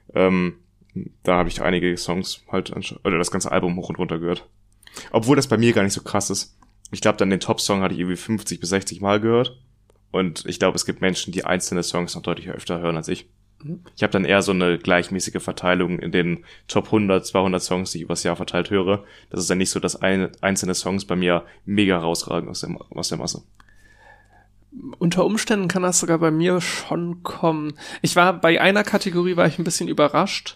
Da habe ich einige Songs halt, oder das ganze Album hoch und runter gehört. Obwohl das bei mir gar nicht so krass ist. Ich glaube, dann den Top-Song hatte ich irgendwie 50 bis 60 Mal gehört. Und ich glaube, es gibt Menschen, die einzelne Songs noch deutlich öfter hören als ich. Ich habe dann eher so eine gleichmäßige Verteilung in den Top 100, 200 Songs, die ich übers Jahr verteilt höre. Das ist dann nicht so, dass einzelne Songs bei mir mega rausragen aus der Masse. Unter Umständen kann das sogar bei mir schon kommen. Bei einer Kategorie war ich ein bisschen überrascht,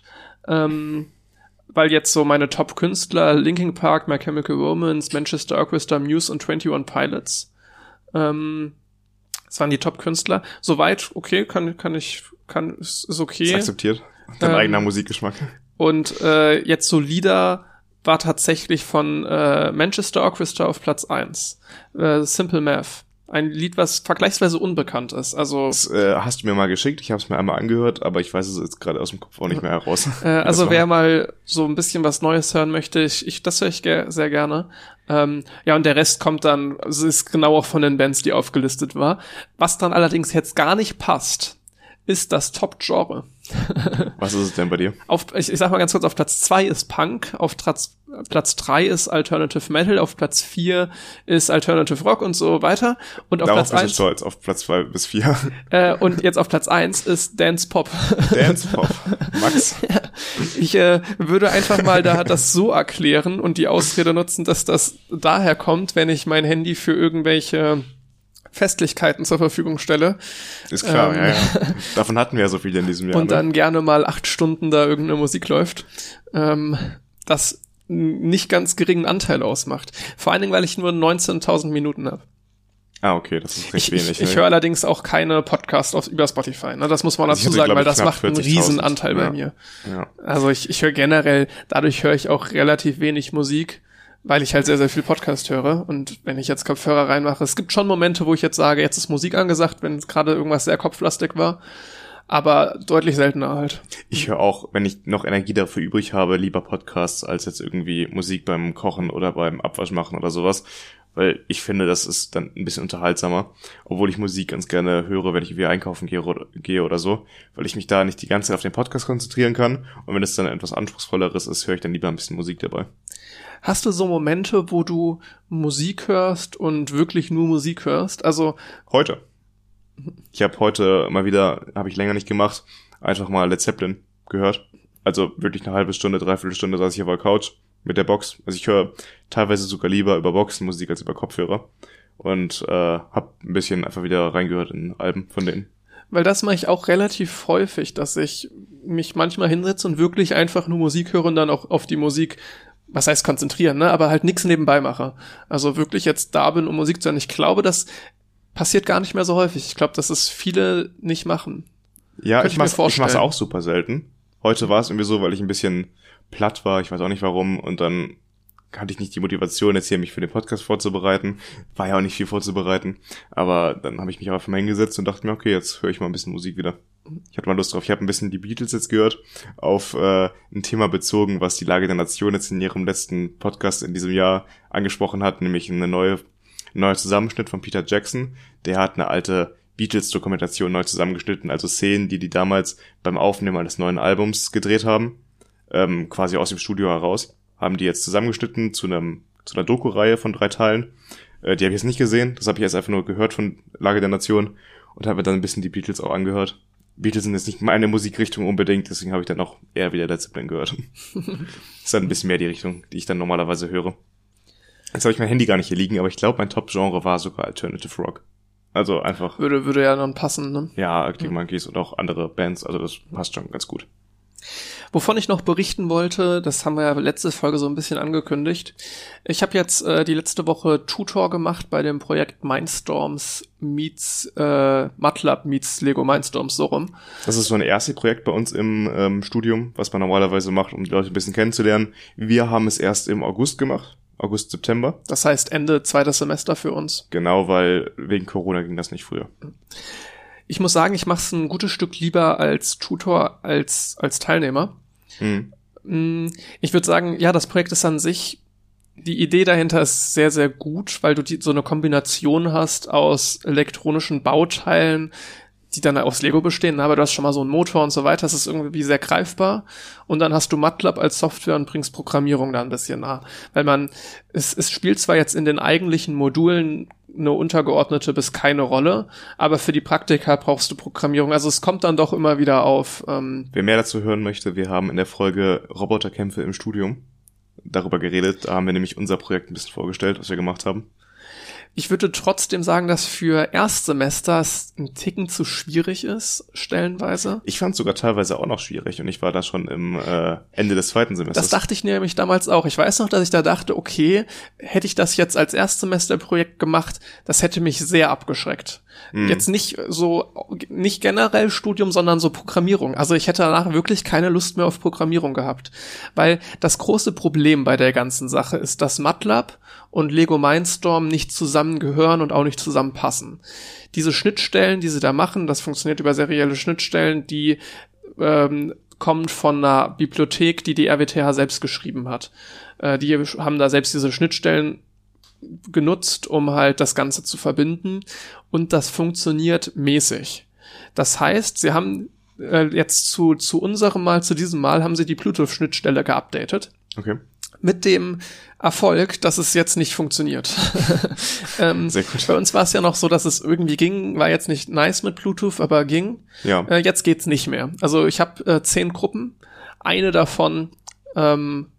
weil jetzt so meine Top-Künstler, Linkin Park, My Chemical Romance, Manchester Orchestra, Muse und 21 Pilots, das waren die Top-Künstler. Soweit, okay, ist okay. Ist akzeptiert. Dein eigener Musikgeschmack. Und jetzt so Lieder war tatsächlich von Manchester Orchestra auf Platz 1. Simple Math. Ein Lied, was vergleichsweise unbekannt ist. Also das hast du mir mal geschickt, ich habe es mir einmal angehört, aber ich weiß es jetzt gerade aus dem Kopf auch nicht mehr heraus. Also wer mal so ein bisschen was Neues hören möchte, das höre ich sehr gerne. Ja, und der Rest kommt dann, also ist genau auch von den Bands, die aufgelistet war. Was dann allerdings jetzt gar nicht passt, ist das Top-Genre. Was ist es denn bei dir? Ich sag mal ganz kurz, auf Platz 2 ist Punk, auf Platz 3 ist Alternative Metal, auf Platz 4 ist Alternative Rock und so weiter. Und auf Darauf Platz 1 stolz, auf Platz 2 bis 4. Und jetzt auf Platz 1 ist Dance Pop. Dance Pop. Max. Ja, ich würde einfach mal da das so erklären und die Ausrede nutzen, dass das daher kommt, wenn ich mein Handy für irgendwelche Festlichkeiten zur Verfügung stelle. Ist klar, ja. Davon hatten wir ja so viele in diesem Jahr. Und dann gerne mal 8 Stunden da irgendeine Musik läuft. Das nicht ganz geringen Anteil ausmacht. Vor allen Dingen, weil ich nur 19.000 Minuten habe. Ah, okay, das ist recht wenig. Ich höre allerdings auch keine Podcasts über Spotify. Ne? Das muss man dazu sagen, weil das macht einen riesen Anteil bei mir. Ja. Also ich höre generell, dadurch höre ich auch relativ wenig Musik, weil ich halt sehr, sehr viel Podcast höre. Und wenn ich jetzt Kopfhörer reinmache, es gibt schon Momente, wo ich jetzt sage, jetzt ist Musik angesagt, wenn gerade irgendwas sehr kopflastig war. Aber deutlich seltener halt. Ich höre auch, wenn ich noch Energie dafür übrig habe, lieber Podcasts als jetzt irgendwie Musik beim Kochen oder beim Abwasch machen oder sowas. Weil ich finde, das ist dann ein bisschen unterhaltsamer. Obwohl ich Musik ganz gerne höre, wenn ich wieder einkaufen gehe oder so. Weil ich mich da nicht die ganze Zeit auf den Podcast konzentrieren kann. Und wenn es dann etwas Anspruchsvolleres ist, höre ich dann lieber ein bisschen Musik dabei. Hast du so Momente, wo du Musik hörst und wirklich nur Musik hörst? Also heute. Ich habe heute mal wieder, habe ich länger nicht gemacht, einfach mal Led Zeppelin gehört. Also wirklich eine halbe Stunde, 3/4 Stunde saß ich auf der Couch mit der Box. Also ich höre teilweise sogar lieber über Boxenmusik als über Kopfhörer. Und habe ein bisschen einfach wieder reingehört in Alben von denen. Weil das mache ich auch relativ häufig, dass ich mich manchmal hinsetze und wirklich einfach nur Musik höre und dann auch auf die Musik, was heißt konzentrieren, ne? Aber halt nichts nebenbei mache. Also wirklich jetzt da bin, um Musik zu hören. Ich glaube, das passiert gar nicht mehr so häufig. Ich glaube, dass es viele nicht machen. Ja, ich mach's auch super selten. Heute war es irgendwie so, weil ich ein bisschen platt war, ich weiß auch nicht warum, und dann hatte ich nicht die Motivation, jetzt hier mich für den Podcast vorzubereiten. War ja auch nicht viel vorzubereiten, aber dann habe ich mich einfach mal hingesetzt und dachte mir, okay, jetzt höre ich mal ein bisschen Musik wieder. Ich hatte mal Lust drauf. Ich habe ein bisschen die Beatles jetzt gehört, auf ein Thema bezogen, was die Lage der Nation jetzt in ihrem letzten Podcast in diesem Jahr angesprochen hat, nämlich ein neuer Zusammenschnitt von Peter Jackson. Der hat eine alte Beatles-Dokumentation neu zusammengeschnitten, also Szenen, die damals beim Aufnehmen eines neuen Albums gedreht haben, quasi aus dem Studio heraus, haben die jetzt zusammengeschnitten zu einer Doku-Reihe von 3 Teilen. Die habe ich jetzt nicht gesehen, das habe ich jetzt einfach nur gehört von Lage der Nation und habe mir dann ein bisschen die Beatles auch angehört. Beatles sind jetzt nicht meine Musikrichtung unbedingt, deswegen habe ich dann auch eher wieder Led Zeppelin gehört. Das ist dann ein bisschen mehr die Richtung, die ich dann normalerweise höre. Jetzt habe ich mein Handy gar nicht hier liegen, aber ich glaube, mein Top-Genre war sogar Alternative Rock. Also einfach... Würde ja dann passen, ne? Ja, Arctic Monkeys und auch andere Bands, also das passt schon ganz gut. Wovon ich noch berichten wollte, das haben wir ja letzte Folge so ein bisschen angekündigt. Ich habe jetzt die letzte Woche Tutor gemacht bei dem Projekt Mindstorms meets MATLAB meets Lego Mindstorms, so rum. Das ist so ein erstes Projekt bei uns im Studium, was man normalerweise macht, um die Leute ein bisschen kennenzulernen. Wir haben es erst im August gemacht. August, September. Das heißt Ende 2. Semester für uns. Genau, weil wegen Corona ging das nicht früher. Ich muss sagen, ich mache es ein gutes Stück lieber als Tutor als Teilnehmer. Ich würde sagen, ja, das Projekt ist an sich, die Idee dahinter ist sehr, sehr gut, weil du so eine Kombination hast aus elektronischen Bauteilen, die dann aus Lego bestehen, aber du hast schon mal so einen Motor und so weiter, das ist irgendwie sehr greifbar. Und dann hast du MATLAB als Software und bringst Programmierung da ein bisschen nah. Weil es spielt zwar jetzt in den eigentlichen Modulen eine untergeordnete bis keine Rolle, aber für die Praktika brauchst du Programmierung. Also es kommt dann doch immer wieder auf. Wer mehr dazu hören möchte, wir haben in der Folge Roboterkämpfe im Studium darüber geredet. Da haben wir nämlich unser Projekt ein bisschen vorgestellt, was wir gemacht haben. Ich würde trotzdem sagen, dass für Erstsemester es ein Ticken zu schwierig ist, stellenweise. Ich fand es sogar teilweise auch noch schwierig und ich war da schon im Ende des 2. Semesters. Das dachte ich nämlich damals auch. Ich weiß noch, dass ich da dachte, okay, hätte ich das jetzt als Erstsemesterprojekt gemacht, das hätte mich sehr abgeschreckt. Jetzt nicht generell Studium, sondern so Programmierung. Also ich hätte danach wirklich keine Lust mehr auf Programmierung gehabt. Weil das große Problem bei der ganzen Sache ist, dass MATLAB und Lego Mindstorm nicht zusammengehören und auch nicht zusammenpassen. Diese Schnittstellen, die sie da machen, das funktioniert über serielle Schnittstellen, die kommt von einer Bibliothek, die RWTH selbst geschrieben hat. Die haben da selbst diese Schnittstellen genutzt, um halt das Ganze zu verbinden, und das funktioniert mäßig. Das heißt, sie haben jetzt zu diesem Mal haben sie die Bluetooth-Schnittstelle geupdatet. Okay. Mit dem Erfolg, dass es jetzt nicht funktioniert. Sehr gut. Bei uns war es ja noch so, dass es irgendwie ging, war jetzt nicht nice mit Bluetooth, aber ging. Ja. Jetzt geht's nicht mehr. Also ich habe 10 Gruppen. Eine davon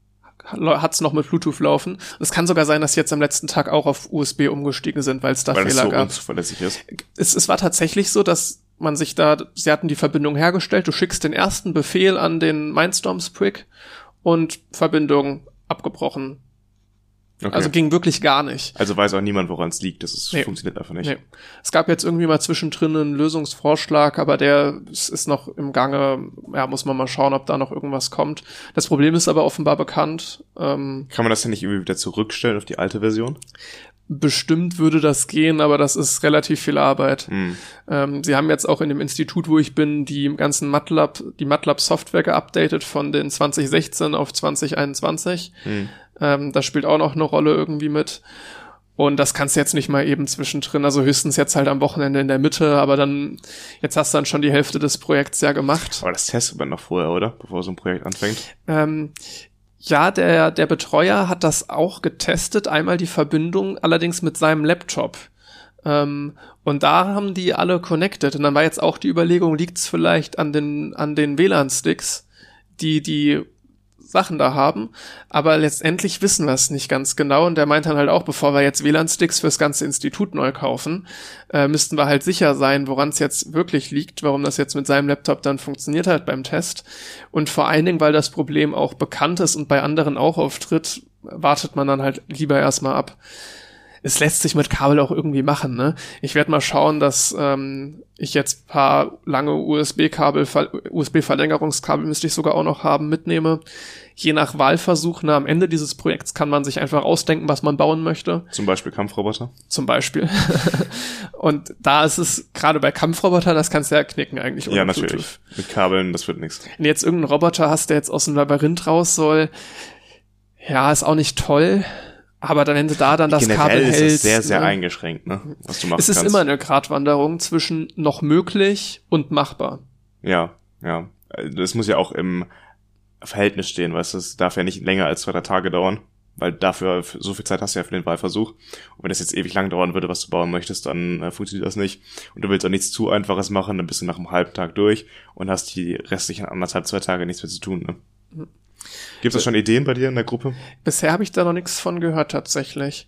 hat's noch mit Bluetooth laufen. Und es kann sogar sein, dass sie jetzt am letzten Tag auch auf USB umgestiegen sind, weil es da Fehler gab. Weil es so unzuverlässig ist. Es war tatsächlich so, dass man sich sie hatten die Verbindung hergestellt, du schickst den ersten Befehl an den Mindstorm-Sprig und Verbindung abgebrochen. Okay. Also ging wirklich gar nicht. Also weiß auch niemand, woran es liegt. Funktioniert einfach nicht. Nee. Es gab jetzt irgendwie mal zwischendrin einen Lösungsvorschlag, aber der ist noch im Gange. Ja, muss man mal schauen, ob da noch irgendwas kommt. Das Problem ist aber offenbar bekannt. Kann man das denn nicht irgendwie wieder zurückstellen auf die alte Version? Bestimmt würde das gehen, aber das ist relativ viel Arbeit. Sie haben jetzt auch in dem Institut, wo ich bin, die MATLAB-Software geupdatet von den 2016 auf 2021. Das spielt auch noch eine Rolle irgendwie mit. Und das kannst du jetzt nicht mal eben zwischendrin, also höchstens jetzt halt am Wochenende in der Mitte, aber dann, jetzt hast du dann schon die Hälfte des Projekts ja gemacht. Aber das testet man noch vorher, oder? Bevor so ein Projekt anfängt? Ja, der Betreuer hat das auch getestet, einmal die Verbindung, allerdings mit seinem Laptop. Und da haben die alle connected. Und dann war jetzt auch die Überlegung, liegt's vielleicht an den WLAN-Sticks, die Sachen da haben, aber letztendlich wissen wir es nicht ganz genau und der meint dann halt auch, bevor wir jetzt WLAN-Sticks fürs ganze Institut neu kaufen, müssten wir halt sicher sein, woran es jetzt wirklich liegt, warum das jetzt mit seinem Laptop dann funktioniert hat beim Test und vor allen Dingen, weil das Problem auch bekannt ist und bei anderen auch auftritt, wartet man dann halt lieber erstmal ab. Es lässt sich mit Kabel auch irgendwie machen, ne? Ich werde mal schauen, dass ich jetzt paar lange USB-Verlängerungskabel müsste ich sogar auch noch haben, mitnehme. Je nach Wahlversuch, am Ende dieses Projekts kann man sich einfach ausdenken, was man bauen möchte. Zum Beispiel Kampfroboter? Zum Beispiel. Und da ist es, gerade bei Kampfroboter, das kannst du ja knicken eigentlich. Ja, natürlich. Bluetooth. Mit Kabeln, das wird nichts. Wenn du jetzt irgendeinen Roboter hast, der jetzt aus dem Labyrinth raus soll, ja, ist auch nicht toll. Aber dann, wenn du da dann das Kabel hältst. Ist das sehr, sehr eingeschränkt, ne? Was du machen kannst. Es ist immer eine Gratwanderung zwischen noch möglich und machbar. Ja. Das muss ja auch im Verhältnis stehen, weißt du? Es darf ja nicht länger als 2-3 Tage dauern, weil dafür, so viel Zeit hast du ja für den Wahlversuch. Und wenn das jetzt ewig lang dauern würde, was du bauen möchtest, dann funktioniert das nicht. Und du willst auch nichts zu Einfaches machen, dann bist du nach einem halben Tag durch und hast die restlichen 1,5-2 Tage nichts mehr zu tun, ne? Gibt es schon Ideen bei dir in der Gruppe? Bisher habe ich da noch nichts von gehört, tatsächlich.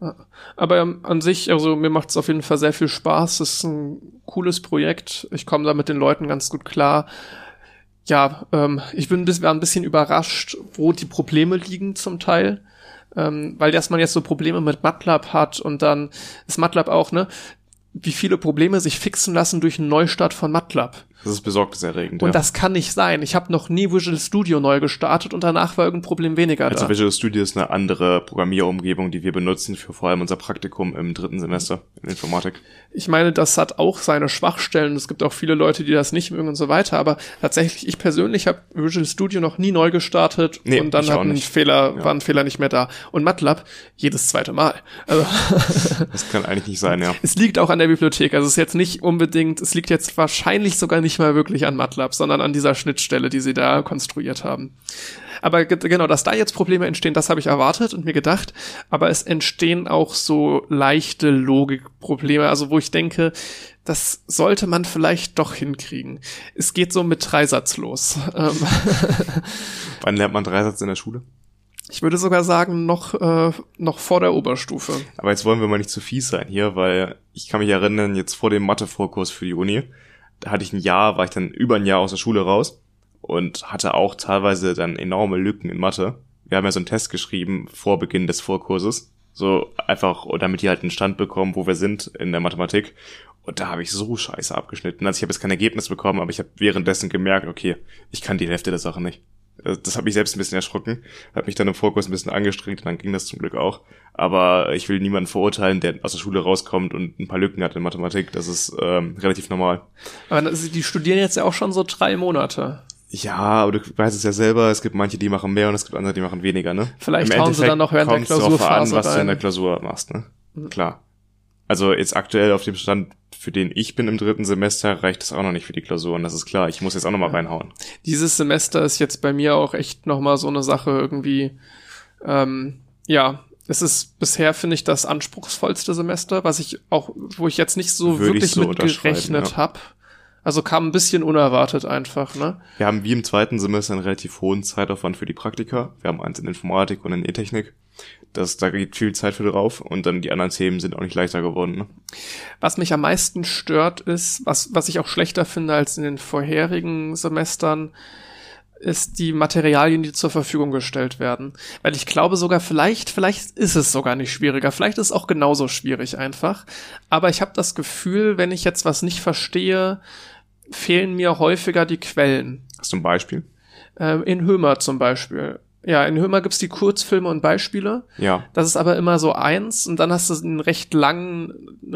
Aber an sich, also mir macht es auf jeden Fall sehr viel Spaß. Es ist ein cooles Projekt. Ich komme da mit den Leuten ganz gut klar. Ja, ich war ein bisschen überrascht, wo die Probleme liegen zum Teil. Weil dass man jetzt so Probleme mit MATLAB hat und dann ist MATLAB auch, ne? Wie viele Probleme sich fixen lassen durch einen Neustart von MATLAB. Das ist besorgniserregend. Und das kann nicht sein. Ich habe noch nie Visual Studio neu gestartet und danach war irgendein Problem weniger da. Also Visual Studio ist eine andere Programmierumgebung, die wir benutzen für vor allem unser Praktikum im 3. Semester in Informatik. Ich meine, das hat auch seine Schwachstellen. Es gibt auch viele Leute, die das nicht mögen und so weiter. Aber tatsächlich, ich persönlich habe Visual Studio noch nie neu gestartet und dann war ein Fehler nicht mehr da. Und MATLAB jedes zweite Mal. Also das kann eigentlich nicht sein, ja. Es liegt auch an der Bibliothek. Also es ist jetzt nicht unbedingt, es liegt jetzt wahrscheinlich sogar nicht mal wirklich an MATLAB, sondern an dieser Schnittstelle, die sie da konstruiert haben. Aber genau, dass da jetzt Probleme entstehen, das habe ich erwartet und mir gedacht, aber es entstehen auch so leichte Logikprobleme, also wo ich denke, das sollte man vielleicht doch hinkriegen. Es geht so mit Dreisatz los. Wann lernt man Dreisatz in der Schule? Ich würde sogar sagen, noch vor der Oberstufe. Aber jetzt wollen wir mal nicht zu fies sein hier, weil ich kann mich erinnern, jetzt vor dem Mathe-Vorkurs für die Uni, da hatte ich war ich dann über ein Jahr aus der Schule raus und hatte auch teilweise dann enorme Lücken in Mathe. Wir haben ja so einen Test geschrieben vor Beginn des Vorkurses, so einfach, damit die halt einen Stand bekommen, wo wir sind in der Mathematik. Und da habe ich so scheiße abgeschnitten. Also ich habe jetzt kein Ergebnis bekommen, aber ich habe währenddessen gemerkt, okay, ich kann die Hälfte der Sachen nicht. Das hat mich selbst ein bisschen erschrocken, hat mich dann im Vorkurs ein bisschen angestrengt und dann ging das zum Glück auch. Aber ich will niemanden verurteilen, der aus der Schule rauskommt und ein paar Lücken hat in Mathematik. Das ist relativ normal. Aber die studieren jetzt ja auch schon so 3 Monate. Ja, aber du weißt es ja selber, es gibt manche, die machen mehr und es gibt andere, die machen weniger, ne? Vielleicht hauen sie dann noch während der Klausurphase an, was du in der Klausur machst, ne? Klar. Also jetzt aktuell auf dem Stand, für den ich bin im 3. Semester, reicht es auch noch nicht für die Klausuren, das ist klar. Ich muss jetzt auch noch mal reinhauen. Dieses Semester ist jetzt bei mir auch echt noch mal so eine Sache irgendwie, es ist bisher, finde ich, das anspruchsvollste Semester, wo ich jetzt nicht so wirklich mit gerechnet habe. Also kam ein bisschen unerwartet einfach, ne? Wir haben wie im zweiten Semester einen relativ hohen Zeitaufwand für die Praktika. Wir haben eins in Informatik und in E-Technik. Da geht viel Zeit für drauf und dann die anderen Themen sind auch nicht leichter geworden. Ne? Was mich am meisten stört ist, was ich auch schlechter finde als in den vorherigen Semestern, ist die Materialien, die zur Verfügung gestellt werden. Weil ich glaube sogar, vielleicht ist es sogar nicht schwieriger. Vielleicht ist es auch genauso schwierig einfach. Aber ich habe das Gefühl, wenn ich jetzt was nicht verstehe, fehlen mir häufiger die Quellen. Hast du ein Beispiel? In Hömer zum Beispiel. Ja, in Hömer gibt's die Kurzfilme und Beispiele. Ja. Das ist aber immer so eins und dann hast du einen recht langen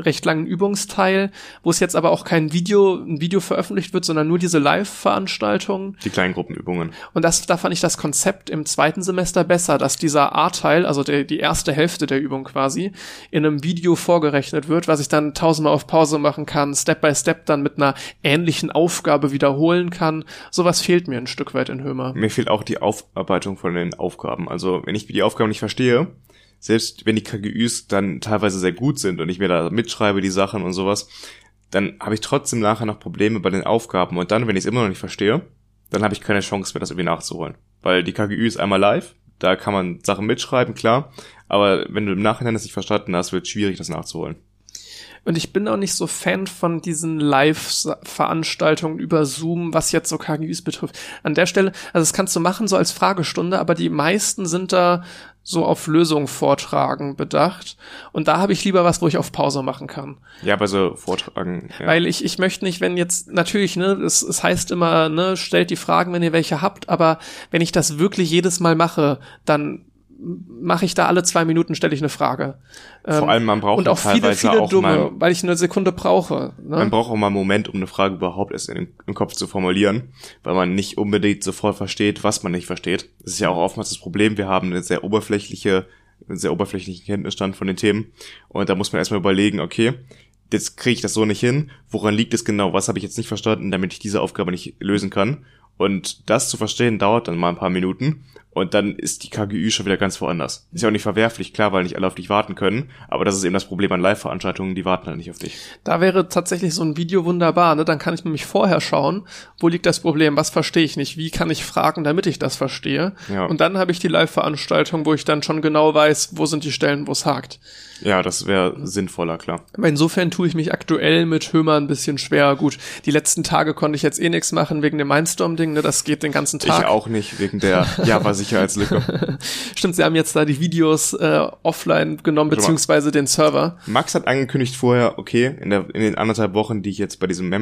Übungsteil, wo es jetzt aber auch ein Video veröffentlicht wird, sondern nur diese Live-Veranstaltungen. Die Kleingruppenübungen. Und da fand ich das Konzept im zweiten Semester besser, dass dieser A-Teil, also die erste Hälfte der Übung quasi, in einem Video vorgerechnet wird, was ich dann 1000-mal auf Pause machen kann, Step by Step dann mit einer ähnlichen Aufgabe wiederholen kann. Sowas fehlt mir ein Stück weit in Hömer. Mir fehlt auch die Aufarbeitung von den Aufgaben. Also wenn ich die Aufgaben nicht verstehe, selbst wenn die KGÜs dann teilweise sehr gut sind und ich mir da mitschreibe die Sachen und sowas, dann habe ich trotzdem nachher noch Probleme bei den Aufgaben und dann, wenn ich es immer noch nicht verstehe, dann habe ich keine Chance mehr, das irgendwie nachzuholen. Weil die KGÜ ist einmal live, da kann man Sachen mitschreiben, klar, aber wenn du im Nachhinein das nicht verstanden hast, wird es schwierig, das nachzuholen. Und ich bin auch nicht so Fan von diesen Live-Veranstaltungen über Zoom, was jetzt so KGÜs betrifft. An der Stelle, also das kannst du machen so als Fragestunde, aber die meisten sind da so auf Lösungen vortragen bedacht. Und da habe ich lieber was, wo ich auf Pause machen kann. Ja, bei so Vortragen. Ja. Weil ich möchte nicht, wenn jetzt, natürlich, ne, es heißt immer, ne, stellt die Fragen, wenn ihr welche habt, aber wenn ich das wirklich jedes Mal mache, dann mache ich da alle 2 Minuten, stelle ich eine Frage. Vor allem, man braucht und auch viele auch dumme, mal, weil ich eine Sekunde brauche. Ne? Man braucht auch mal einen Moment, um eine Frage überhaupt erst im Kopf zu formulieren, weil man nicht unbedingt sofort versteht, was man nicht versteht. Das ist ja auch oftmals das Problem. Wir haben einen sehr oberflächlichen Kenntnisstand von den Themen und da muss man erstmal überlegen, okay, jetzt kriege ich das so nicht hin. Woran liegt es genau? Was habe ich jetzt nicht verstanden, damit ich diese Aufgabe nicht lösen kann? Und das zu verstehen dauert dann mal ein paar Minuten und dann ist die KGÜ schon wieder ganz woanders. Ist ja auch nicht verwerflich, klar, weil nicht alle auf dich warten können, aber das ist eben das Problem an Live-Veranstaltungen, die warten halt nicht auf dich. Da wäre tatsächlich so ein Video wunderbar, ne? Dann kann ich nämlich vorher schauen, wo liegt das Problem, was verstehe ich nicht, wie kann ich fragen, damit ich das verstehe. Ja. Und dann habe ich die Live-Veranstaltung, wo ich dann schon genau weiß, wo sind die Stellen, wo es hakt. Ja, das wäre sinnvoller, klar. Aber insofern tue ich mich aktuell mit Hömer ein bisschen schwer. Gut, die letzten Tage konnte ich jetzt eh nichts machen wegen dem Mindstorm-Ding, ne? Das geht den ganzen Tag. Ich auch nicht, wegen der Java-Sicherheitslücke. Stimmt, sie haben jetzt da die Videos offline genommen, beziehungsweise den Server. Max hat angekündigt vorher, okay, in den 1,5 Wochen, die ich jetzt bei diesem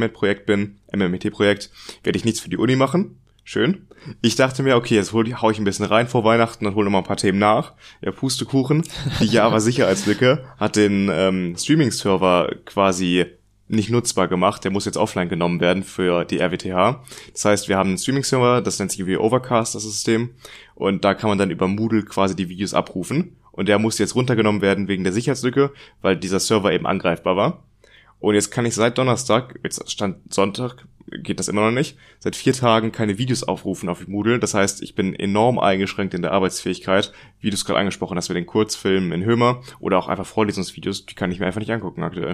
MMT-Projekt, werde ich nichts für die Uni machen. Schön. Ich dachte mir, okay, jetzt hau ich ein bisschen rein vor Weihnachten und hole noch mal ein paar Themen nach. Ja, Pustekuchen. Die Java-Sicherheitslücke hat den Streaming-Server quasi nicht nutzbar gemacht. Der muss jetzt offline genommen werden für die RWTH. Das heißt, wir haben einen Streaming-Server, das nennt sich wie Overcast, das System. Und da kann man dann über Moodle quasi die Videos abrufen. Und der muss jetzt runtergenommen werden wegen der Sicherheitslücke, weil dieser Server eben angreifbar war. Und jetzt kann ich seit Donnerstag, jetzt Stand Sonntag, geht das immer noch nicht, seit 4 Tagen keine Videos aufrufen auf Moodle. Das heißt, ich bin enorm eingeschränkt in der Arbeitsfähigkeit. Wie du es gerade angesprochen hast, mit den Kurzfilmen in Hömer oder auch einfach Vorlesungsvideos, die kann ich mir einfach nicht angucken aktuell.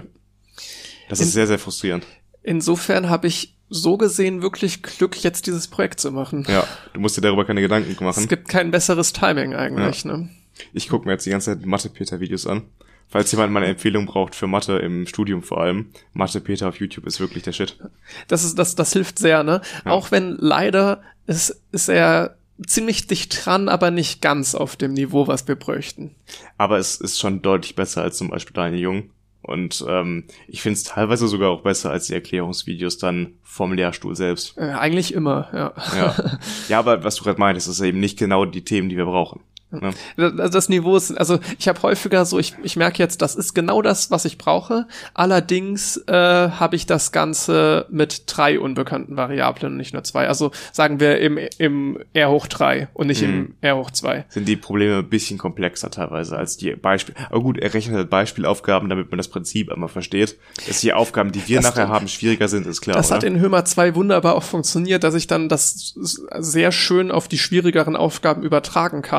Das ist sehr, sehr frustrierend. Insofern habe ich so gesehen wirklich Glück, jetzt dieses Projekt zu machen. Ja, du musst dir darüber keine Gedanken machen. Es gibt kein besseres Timing eigentlich, ja. Ne? Ich gucke mir jetzt die ganze Zeit Mathe-Peter-Videos an. Falls jemand mal eine Empfehlung braucht für Mathe im Studium vor allem, Mathe-Peter auf YouTube ist wirklich der Shit. Das hilft sehr, ne? Ja. Auch wenn leider ist er ziemlich dicht dran, aber nicht ganz auf dem Niveau, was wir bräuchten. Aber es ist schon deutlich besser als zum Beispiel Daniel Jung. Und ich finde es teilweise sogar auch besser als die Erklärungsvideos dann vom Lehrstuhl selbst. Eigentlich immer, ja. Ja, aber was du gerade meintest, ist eben nicht genau die Themen, die wir brauchen. Ja. Das Niveau ist, also ich habe häufiger so, ich merke jetzt, das ist genau das, was ich brauche. Allerdings habe ich das Ganze mit 3 unbekannten Variablen und nicht nur 2. Also sagen wir im R hoch 3 und nicht im R hoch 2. Sind die Probleme ein bisschen komplexer teilweise als die Beispiele. Aber gut, er rechnet halt Beispielaufgaben, damit man das Prinzip einmal versteht. Dass die Aufgaben, die wir nachher haben, schwieriger sind, ist klar. Das hat in Hömer 2 wunderbar auch funktioniert, dass ich dann das sehr schön auf die schwierigeren Aufgaben übertragen kann.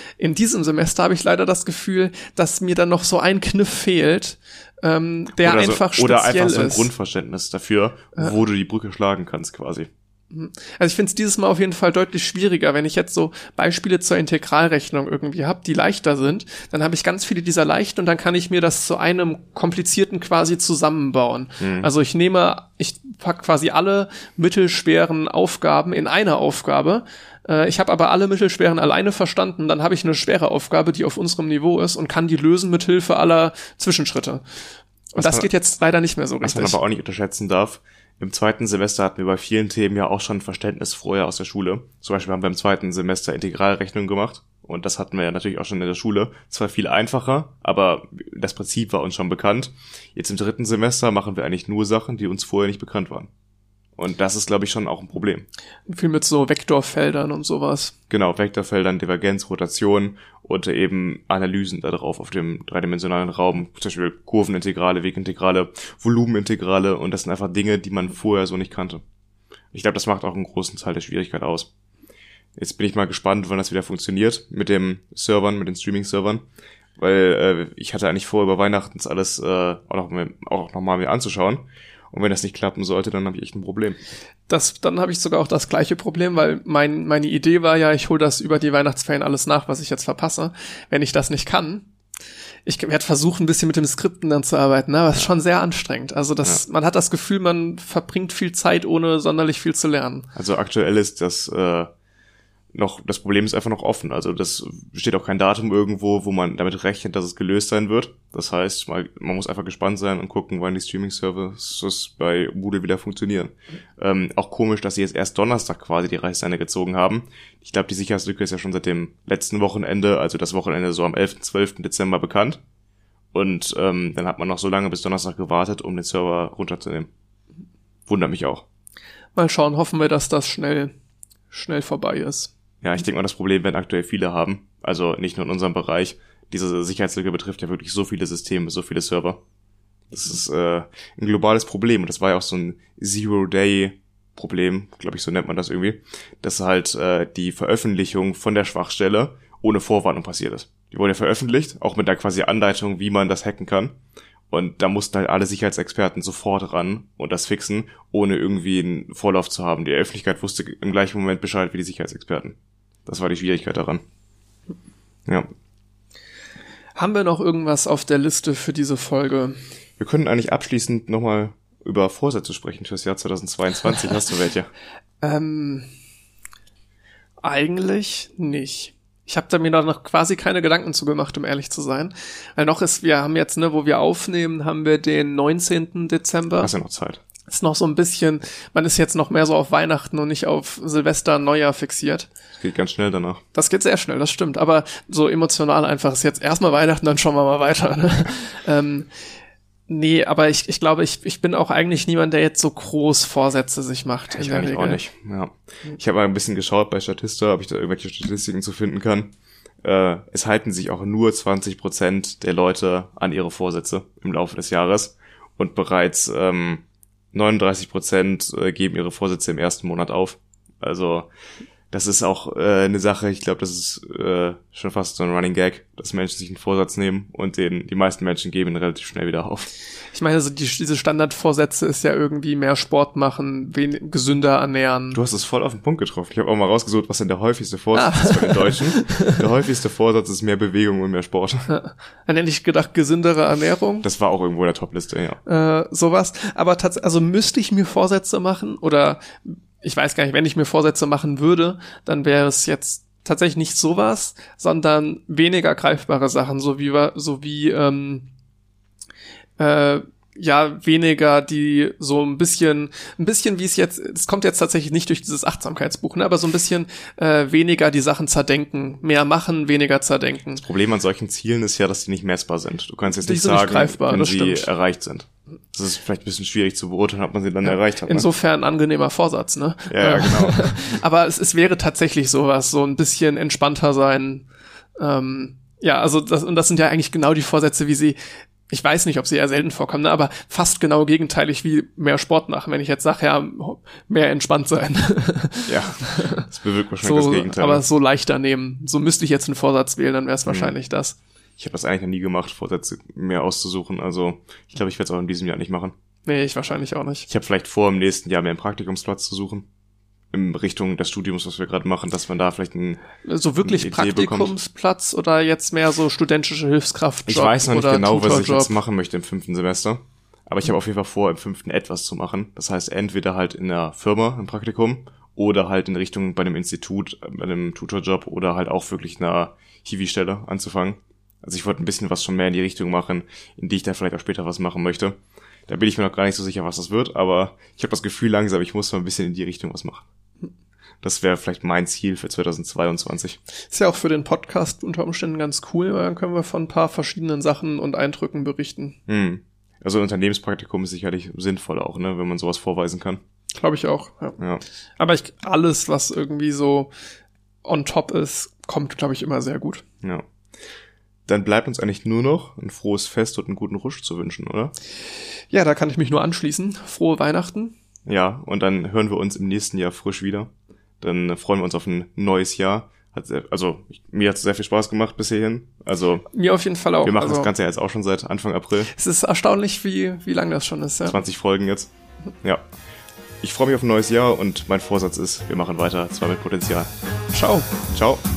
in diesem Semester habe ich leider das Gefühl, dass mir dann noch so ein Kniff fehlt, der oder einfach so, oder speziell einfach so ein ist. Grundverständnis dafür, wo du die Brücke schlagen kannst quasi. Also ich finde es dieses Mal auf jeden Fall deutlich schwieriger. Wenn ich jetzt so Beispiele zur Integralrechnung irgendwie habe, die leichter sind, dann habe ich ganz viele dieser leichten und dann kann ich mir das zu einem komplizierten quasi zusammenbauen. Also ich pack quasi alle mittelschweren Aufgaben in eine Aufgabe. Ich habe aber alle mittelschweren alleine verstanden, dann habe ich eine schwere Aufgabe, die auf unserem Niveau ist und kann die lösen mit Hilfe aller Zwischenschritte. Und das geht jetzt leider nicht mehr so richtig. Was man aber auch nicht unterschätzen darf, im zweiten Semester hatten wir bei vielen Themen ja auch schon Verständnis vorher aus der Schule. Zum Beispiel haben wir im zweiten Semester Integralrechnung gemacht. Und das hatten wir ja natürlich auch schon in der Schule. Zwar viel einfacher, aber das Prinzip war uns schon bekannt. Jetzt im dritten Semester machen wir eigentlich nur Sachen, die uns vorher nicht bekannt waren. Und das ist, glaube ich, schon auch ein Problem. Viel mit so Vektorfeldern und sowas. Genau, Vektorfeldern, Divergenz, Rotation und eben Analysen da drauf auf dem dreidimensionalen Raum. Zum Beispiel Kurvenintegrale, Wegintegrale, Volumenintegrale. Und das sind einfach Dinge, die man vorher so nicht kannte. Ich glaube, das macht auch einen großen Teil der Schwierigkeit aus. Jetzt bin ich mal gespannt, wann das wieder funktioniert mit den Servern, mit den Streaming-Servern. Weil ich hatte eigentlich vor, über Weihnachten alles auch noch mal mir anzuschauen. Und wenn das nicht klappen sollte, dann habe ich echt ein Problem. Dann habe ich sogar auch das gleiche Problem, weil meine Idee war ja, ich hole das über die Weihnachtsferien alles nach, was ich jetzt verpasse. Wenn ich das nicht kann, ich werde versuchen, ein bisschen mit dem Skripten dann zu arbeiten, ne? Aber es ist schon sehr anstrengend. Also man hat das Gefühl, man verbringt viel Zeit, ohne sonderlich viel zu lernen. Also aktuell ist das das Problem ist einfach noch offen. Also das steht auch kein Datum irgendwo, wo man damit rechnet, dass es gelöst sein wird. Das heißt, man muss einfach gespannt sein und gucken, wann die Streaming-Services bei Moodle wieder funktionieren. Auch komisch, dass sie jetzt erst Donnerstag quasi die Reißleine gezogen haben. Ich glaube, die Sicherheitslücke ist ja schon seit dem letzten Wochenende, also das Wochenende so am 11., 12. Dezember bekannt. Und dann hat man noch so lange bis Donnerstag gewartet, um den Server runterzunehmen. Wundert mich auch. Mal schauen, hoffen wir, dass das schnell vorbei ist. Ja, ich denke mal, das Problem werden aktuell viele haben. Also nicht nur in unserem Bereich. Diese Sicherheitslücke betrifft ja wirklich so viele Systeme, so viele Server. Das ist ein globales Problem. Und das war ja auch so ein Zero-Day-Problem, glaube ich, so nennt man das irgendwie. Dass halt die Veröffentlichung von der Schwachstelle ohne Vorwarnung passiert ist. Die wurde ja veröffentlicht, auch mit der quasi Anleitung, wie man das hacken kann. Und da mussten halt alle Sicherheitsexperten sofort ran und das fixen, ohne irgendwie einen Vorlauf zu haben. Die Öffentlichkeit wusste im gleichen Moment Bescheid wie die Sicherheitsexperten. Das war die Schwierigkeit daran. Ja. Haben wir noch irgendwas auf der Liste für diese Folge? Wir können eigentlich abschließend nochmal über Vorsätze sprechen fürs Jahr 2022. Hast du welche? Eigentlich nicht. Ich habe da mir da noch quasi keine Gedanken zu gemacht, um ehrlich zu sein. Weil wir haben jetzt, wo wir aufnehmen, haben wir den 19. Dezember. Hast ja noch Zeit. Ist noch so ein bisschen, man ist jetzt noch mehr so auf Weihnachten und nicht auf Silvester, Neujahr fixiert. Das geht ganz schnell danach. Das geht sehr schnell, das stimmt. Aber so emotional einfach ist jetzt erstmal Weihnachten, dann schauen wir mal weiter. Ne? Nee, aber ich glaube, ich bin auch eigentlich niemand, der jetzt so groß Vorsätze sich macht. Ich eigentlich auch nicht. Ja. Ich habe mal ein bisschen geschaut bei Statista, ob ich da irgendwelche Statistiken zu finden kann. Es halten sich auch nur 20% der Leute an ihre Vorsätze im Laufe des Jahres. Und bereits 39% geben ihre Vorsätze im ersten Monat auf. Also das ist auch eine Sache, ich glaube, das ist schon fast so ein Running Gag, dass Menschen sich einen Vorsatz nehmen und die meisten Menschen geben ihn relativ schnell wieder auf. Ich meine, also diese Standardvorsätze ist ja irgendwie mehr Sport machen, gesünder ernähren. Du hast es voll auf den Punkt getroffen. Ich habe auch mal rausgesucht, was denn der häufigste Vorsatz ist bei den Deutschen. Der häufigste Vorsatz ist mehr Bewegung und mehr Sport. Dann hätte ich gedacht, gesündere Ernährung. Das war auch irgendwo in der Topliste, ja. Sowas. Aber also müsste ich mir Vorsätze machen oder ich weiß gar nicht, wenn ich mir Vorsätze machen würde, dann wäre es jetzt tatsächlich nicht sowas, sondern weniger greifbare Sachen, so wie weniger die so ein bisschen wie es kommt jetzt tatsächlich nicht durch dieses Achtsamkeitsbuch, ne, aber so ein bisschen weniger die Sachen zerdenken, mehr machen, weniger zerdenken. Das Problem an solchen Zielen ist ja, dass die nicht messbar sind. Du kannst jetzt nicht sagen, wenn sie erreicht sind. Das ist vielleicht ein bisschen schwierig zu beurteilen, ob man sie dann erreicht hat. Ne? Insofern ein angenehmer Vorsatz, ne? Ja, genau. Aber es wäre tatsächlich sowas, so ein bisschen entspannter sein. Also das sind ja eigentlich genau die Vorsätze, wie sie ich weiß nicht, ob sie eher selten vorkommen, ne? Aber fast genau gegenteilig wie mehr Sport machen, wenn ich jetzt sage, ja, mehr entspannt sein. Ja, das bewirkt wahrscheinlich so, das Gegenteil. Aber so leichter nehmen. So müsste ich jetzt einen Vorsatz wählen, dann wäre es wahrscheinlich das. Ich habe das eigentlich noch nie gemacht, Vorsätze mehr auszusuchen. Also ich glaube, ich werde es auch in diesem Jahr nicht machen. Nee, ich wahrscheinlich auch nicht. Ich habe vielleicht vor, im nächsten Jahr mehr einen Praktikumsplatz zu suchen. In Richtung des Studiums, was wir gerade machen, dass man da vielleicht so wirklich Praktikumsplatz bekommt. Oder jetzt mehr so studentische Hilfskraft? Ich weiß noch nicht genau, was ich jetzt machen möchte im 5. Semester. Aber ich habe auf jeden Fall vor, im 5. etwas zu machen. Das heißt, entweder halt in einer Firma ein Praktikum oder halt in Richtung bei einem Institut, bei einem Tutorjob oder halt auch wirklich einer Hiwi-Stelle anzufangen. Also ich wollte ein bisschen was schon mehr in die Richtung machen, in die ich dann vielleicht auch später was machen möchte. Da bin ich mir noch gar nicht so sicher, was das wird, aber ich habe das Gefühl langsam, ich muss mal ein bisschen in die Richtung was machen. Das wäre vielleicht mein Ziel für 2022. Ist ja auch für den Podcast unter Umständen ganz cool, weil dann können wir von ein paar verschiedenen Sachen und Eindrücken berichten. Also ein Unternehmenspraktikum ist sicherlich sinnvoll auch, ne, wenn man sowas vorweisen kann. Glaube ich auch, ja. Aber alles, was irgendwie so on top ist, kommt, glaube ich, immer sehr gut. Ja. Dann bleibt uns eigentlich nur noch ein frohes Fest und einen guten Rutsch zu wünschen, oder? Ja, da kann ich mich nur anschließen. Frohe Weihnachten. Ja, und dann hören wir uns im nächsten Jahr frisch wieder. Dann freuen wir uns auf ein neues Jahr. Mir hat es sehr viel Spaß gemacht bis hierhin. Also mir auf jeden Fall auch. Wir machen das Ganze ja jetzt auch schon seit Anfang April. Es ist erstaunlich, wie lang das schon ist. Ja. 20 Folgen jetzt. Ja. Ich freue mich auf ein neues Jahr und mein Vorsatz ist, wir machen weiter, zwar mit Potenzial. Ciao. Ciao.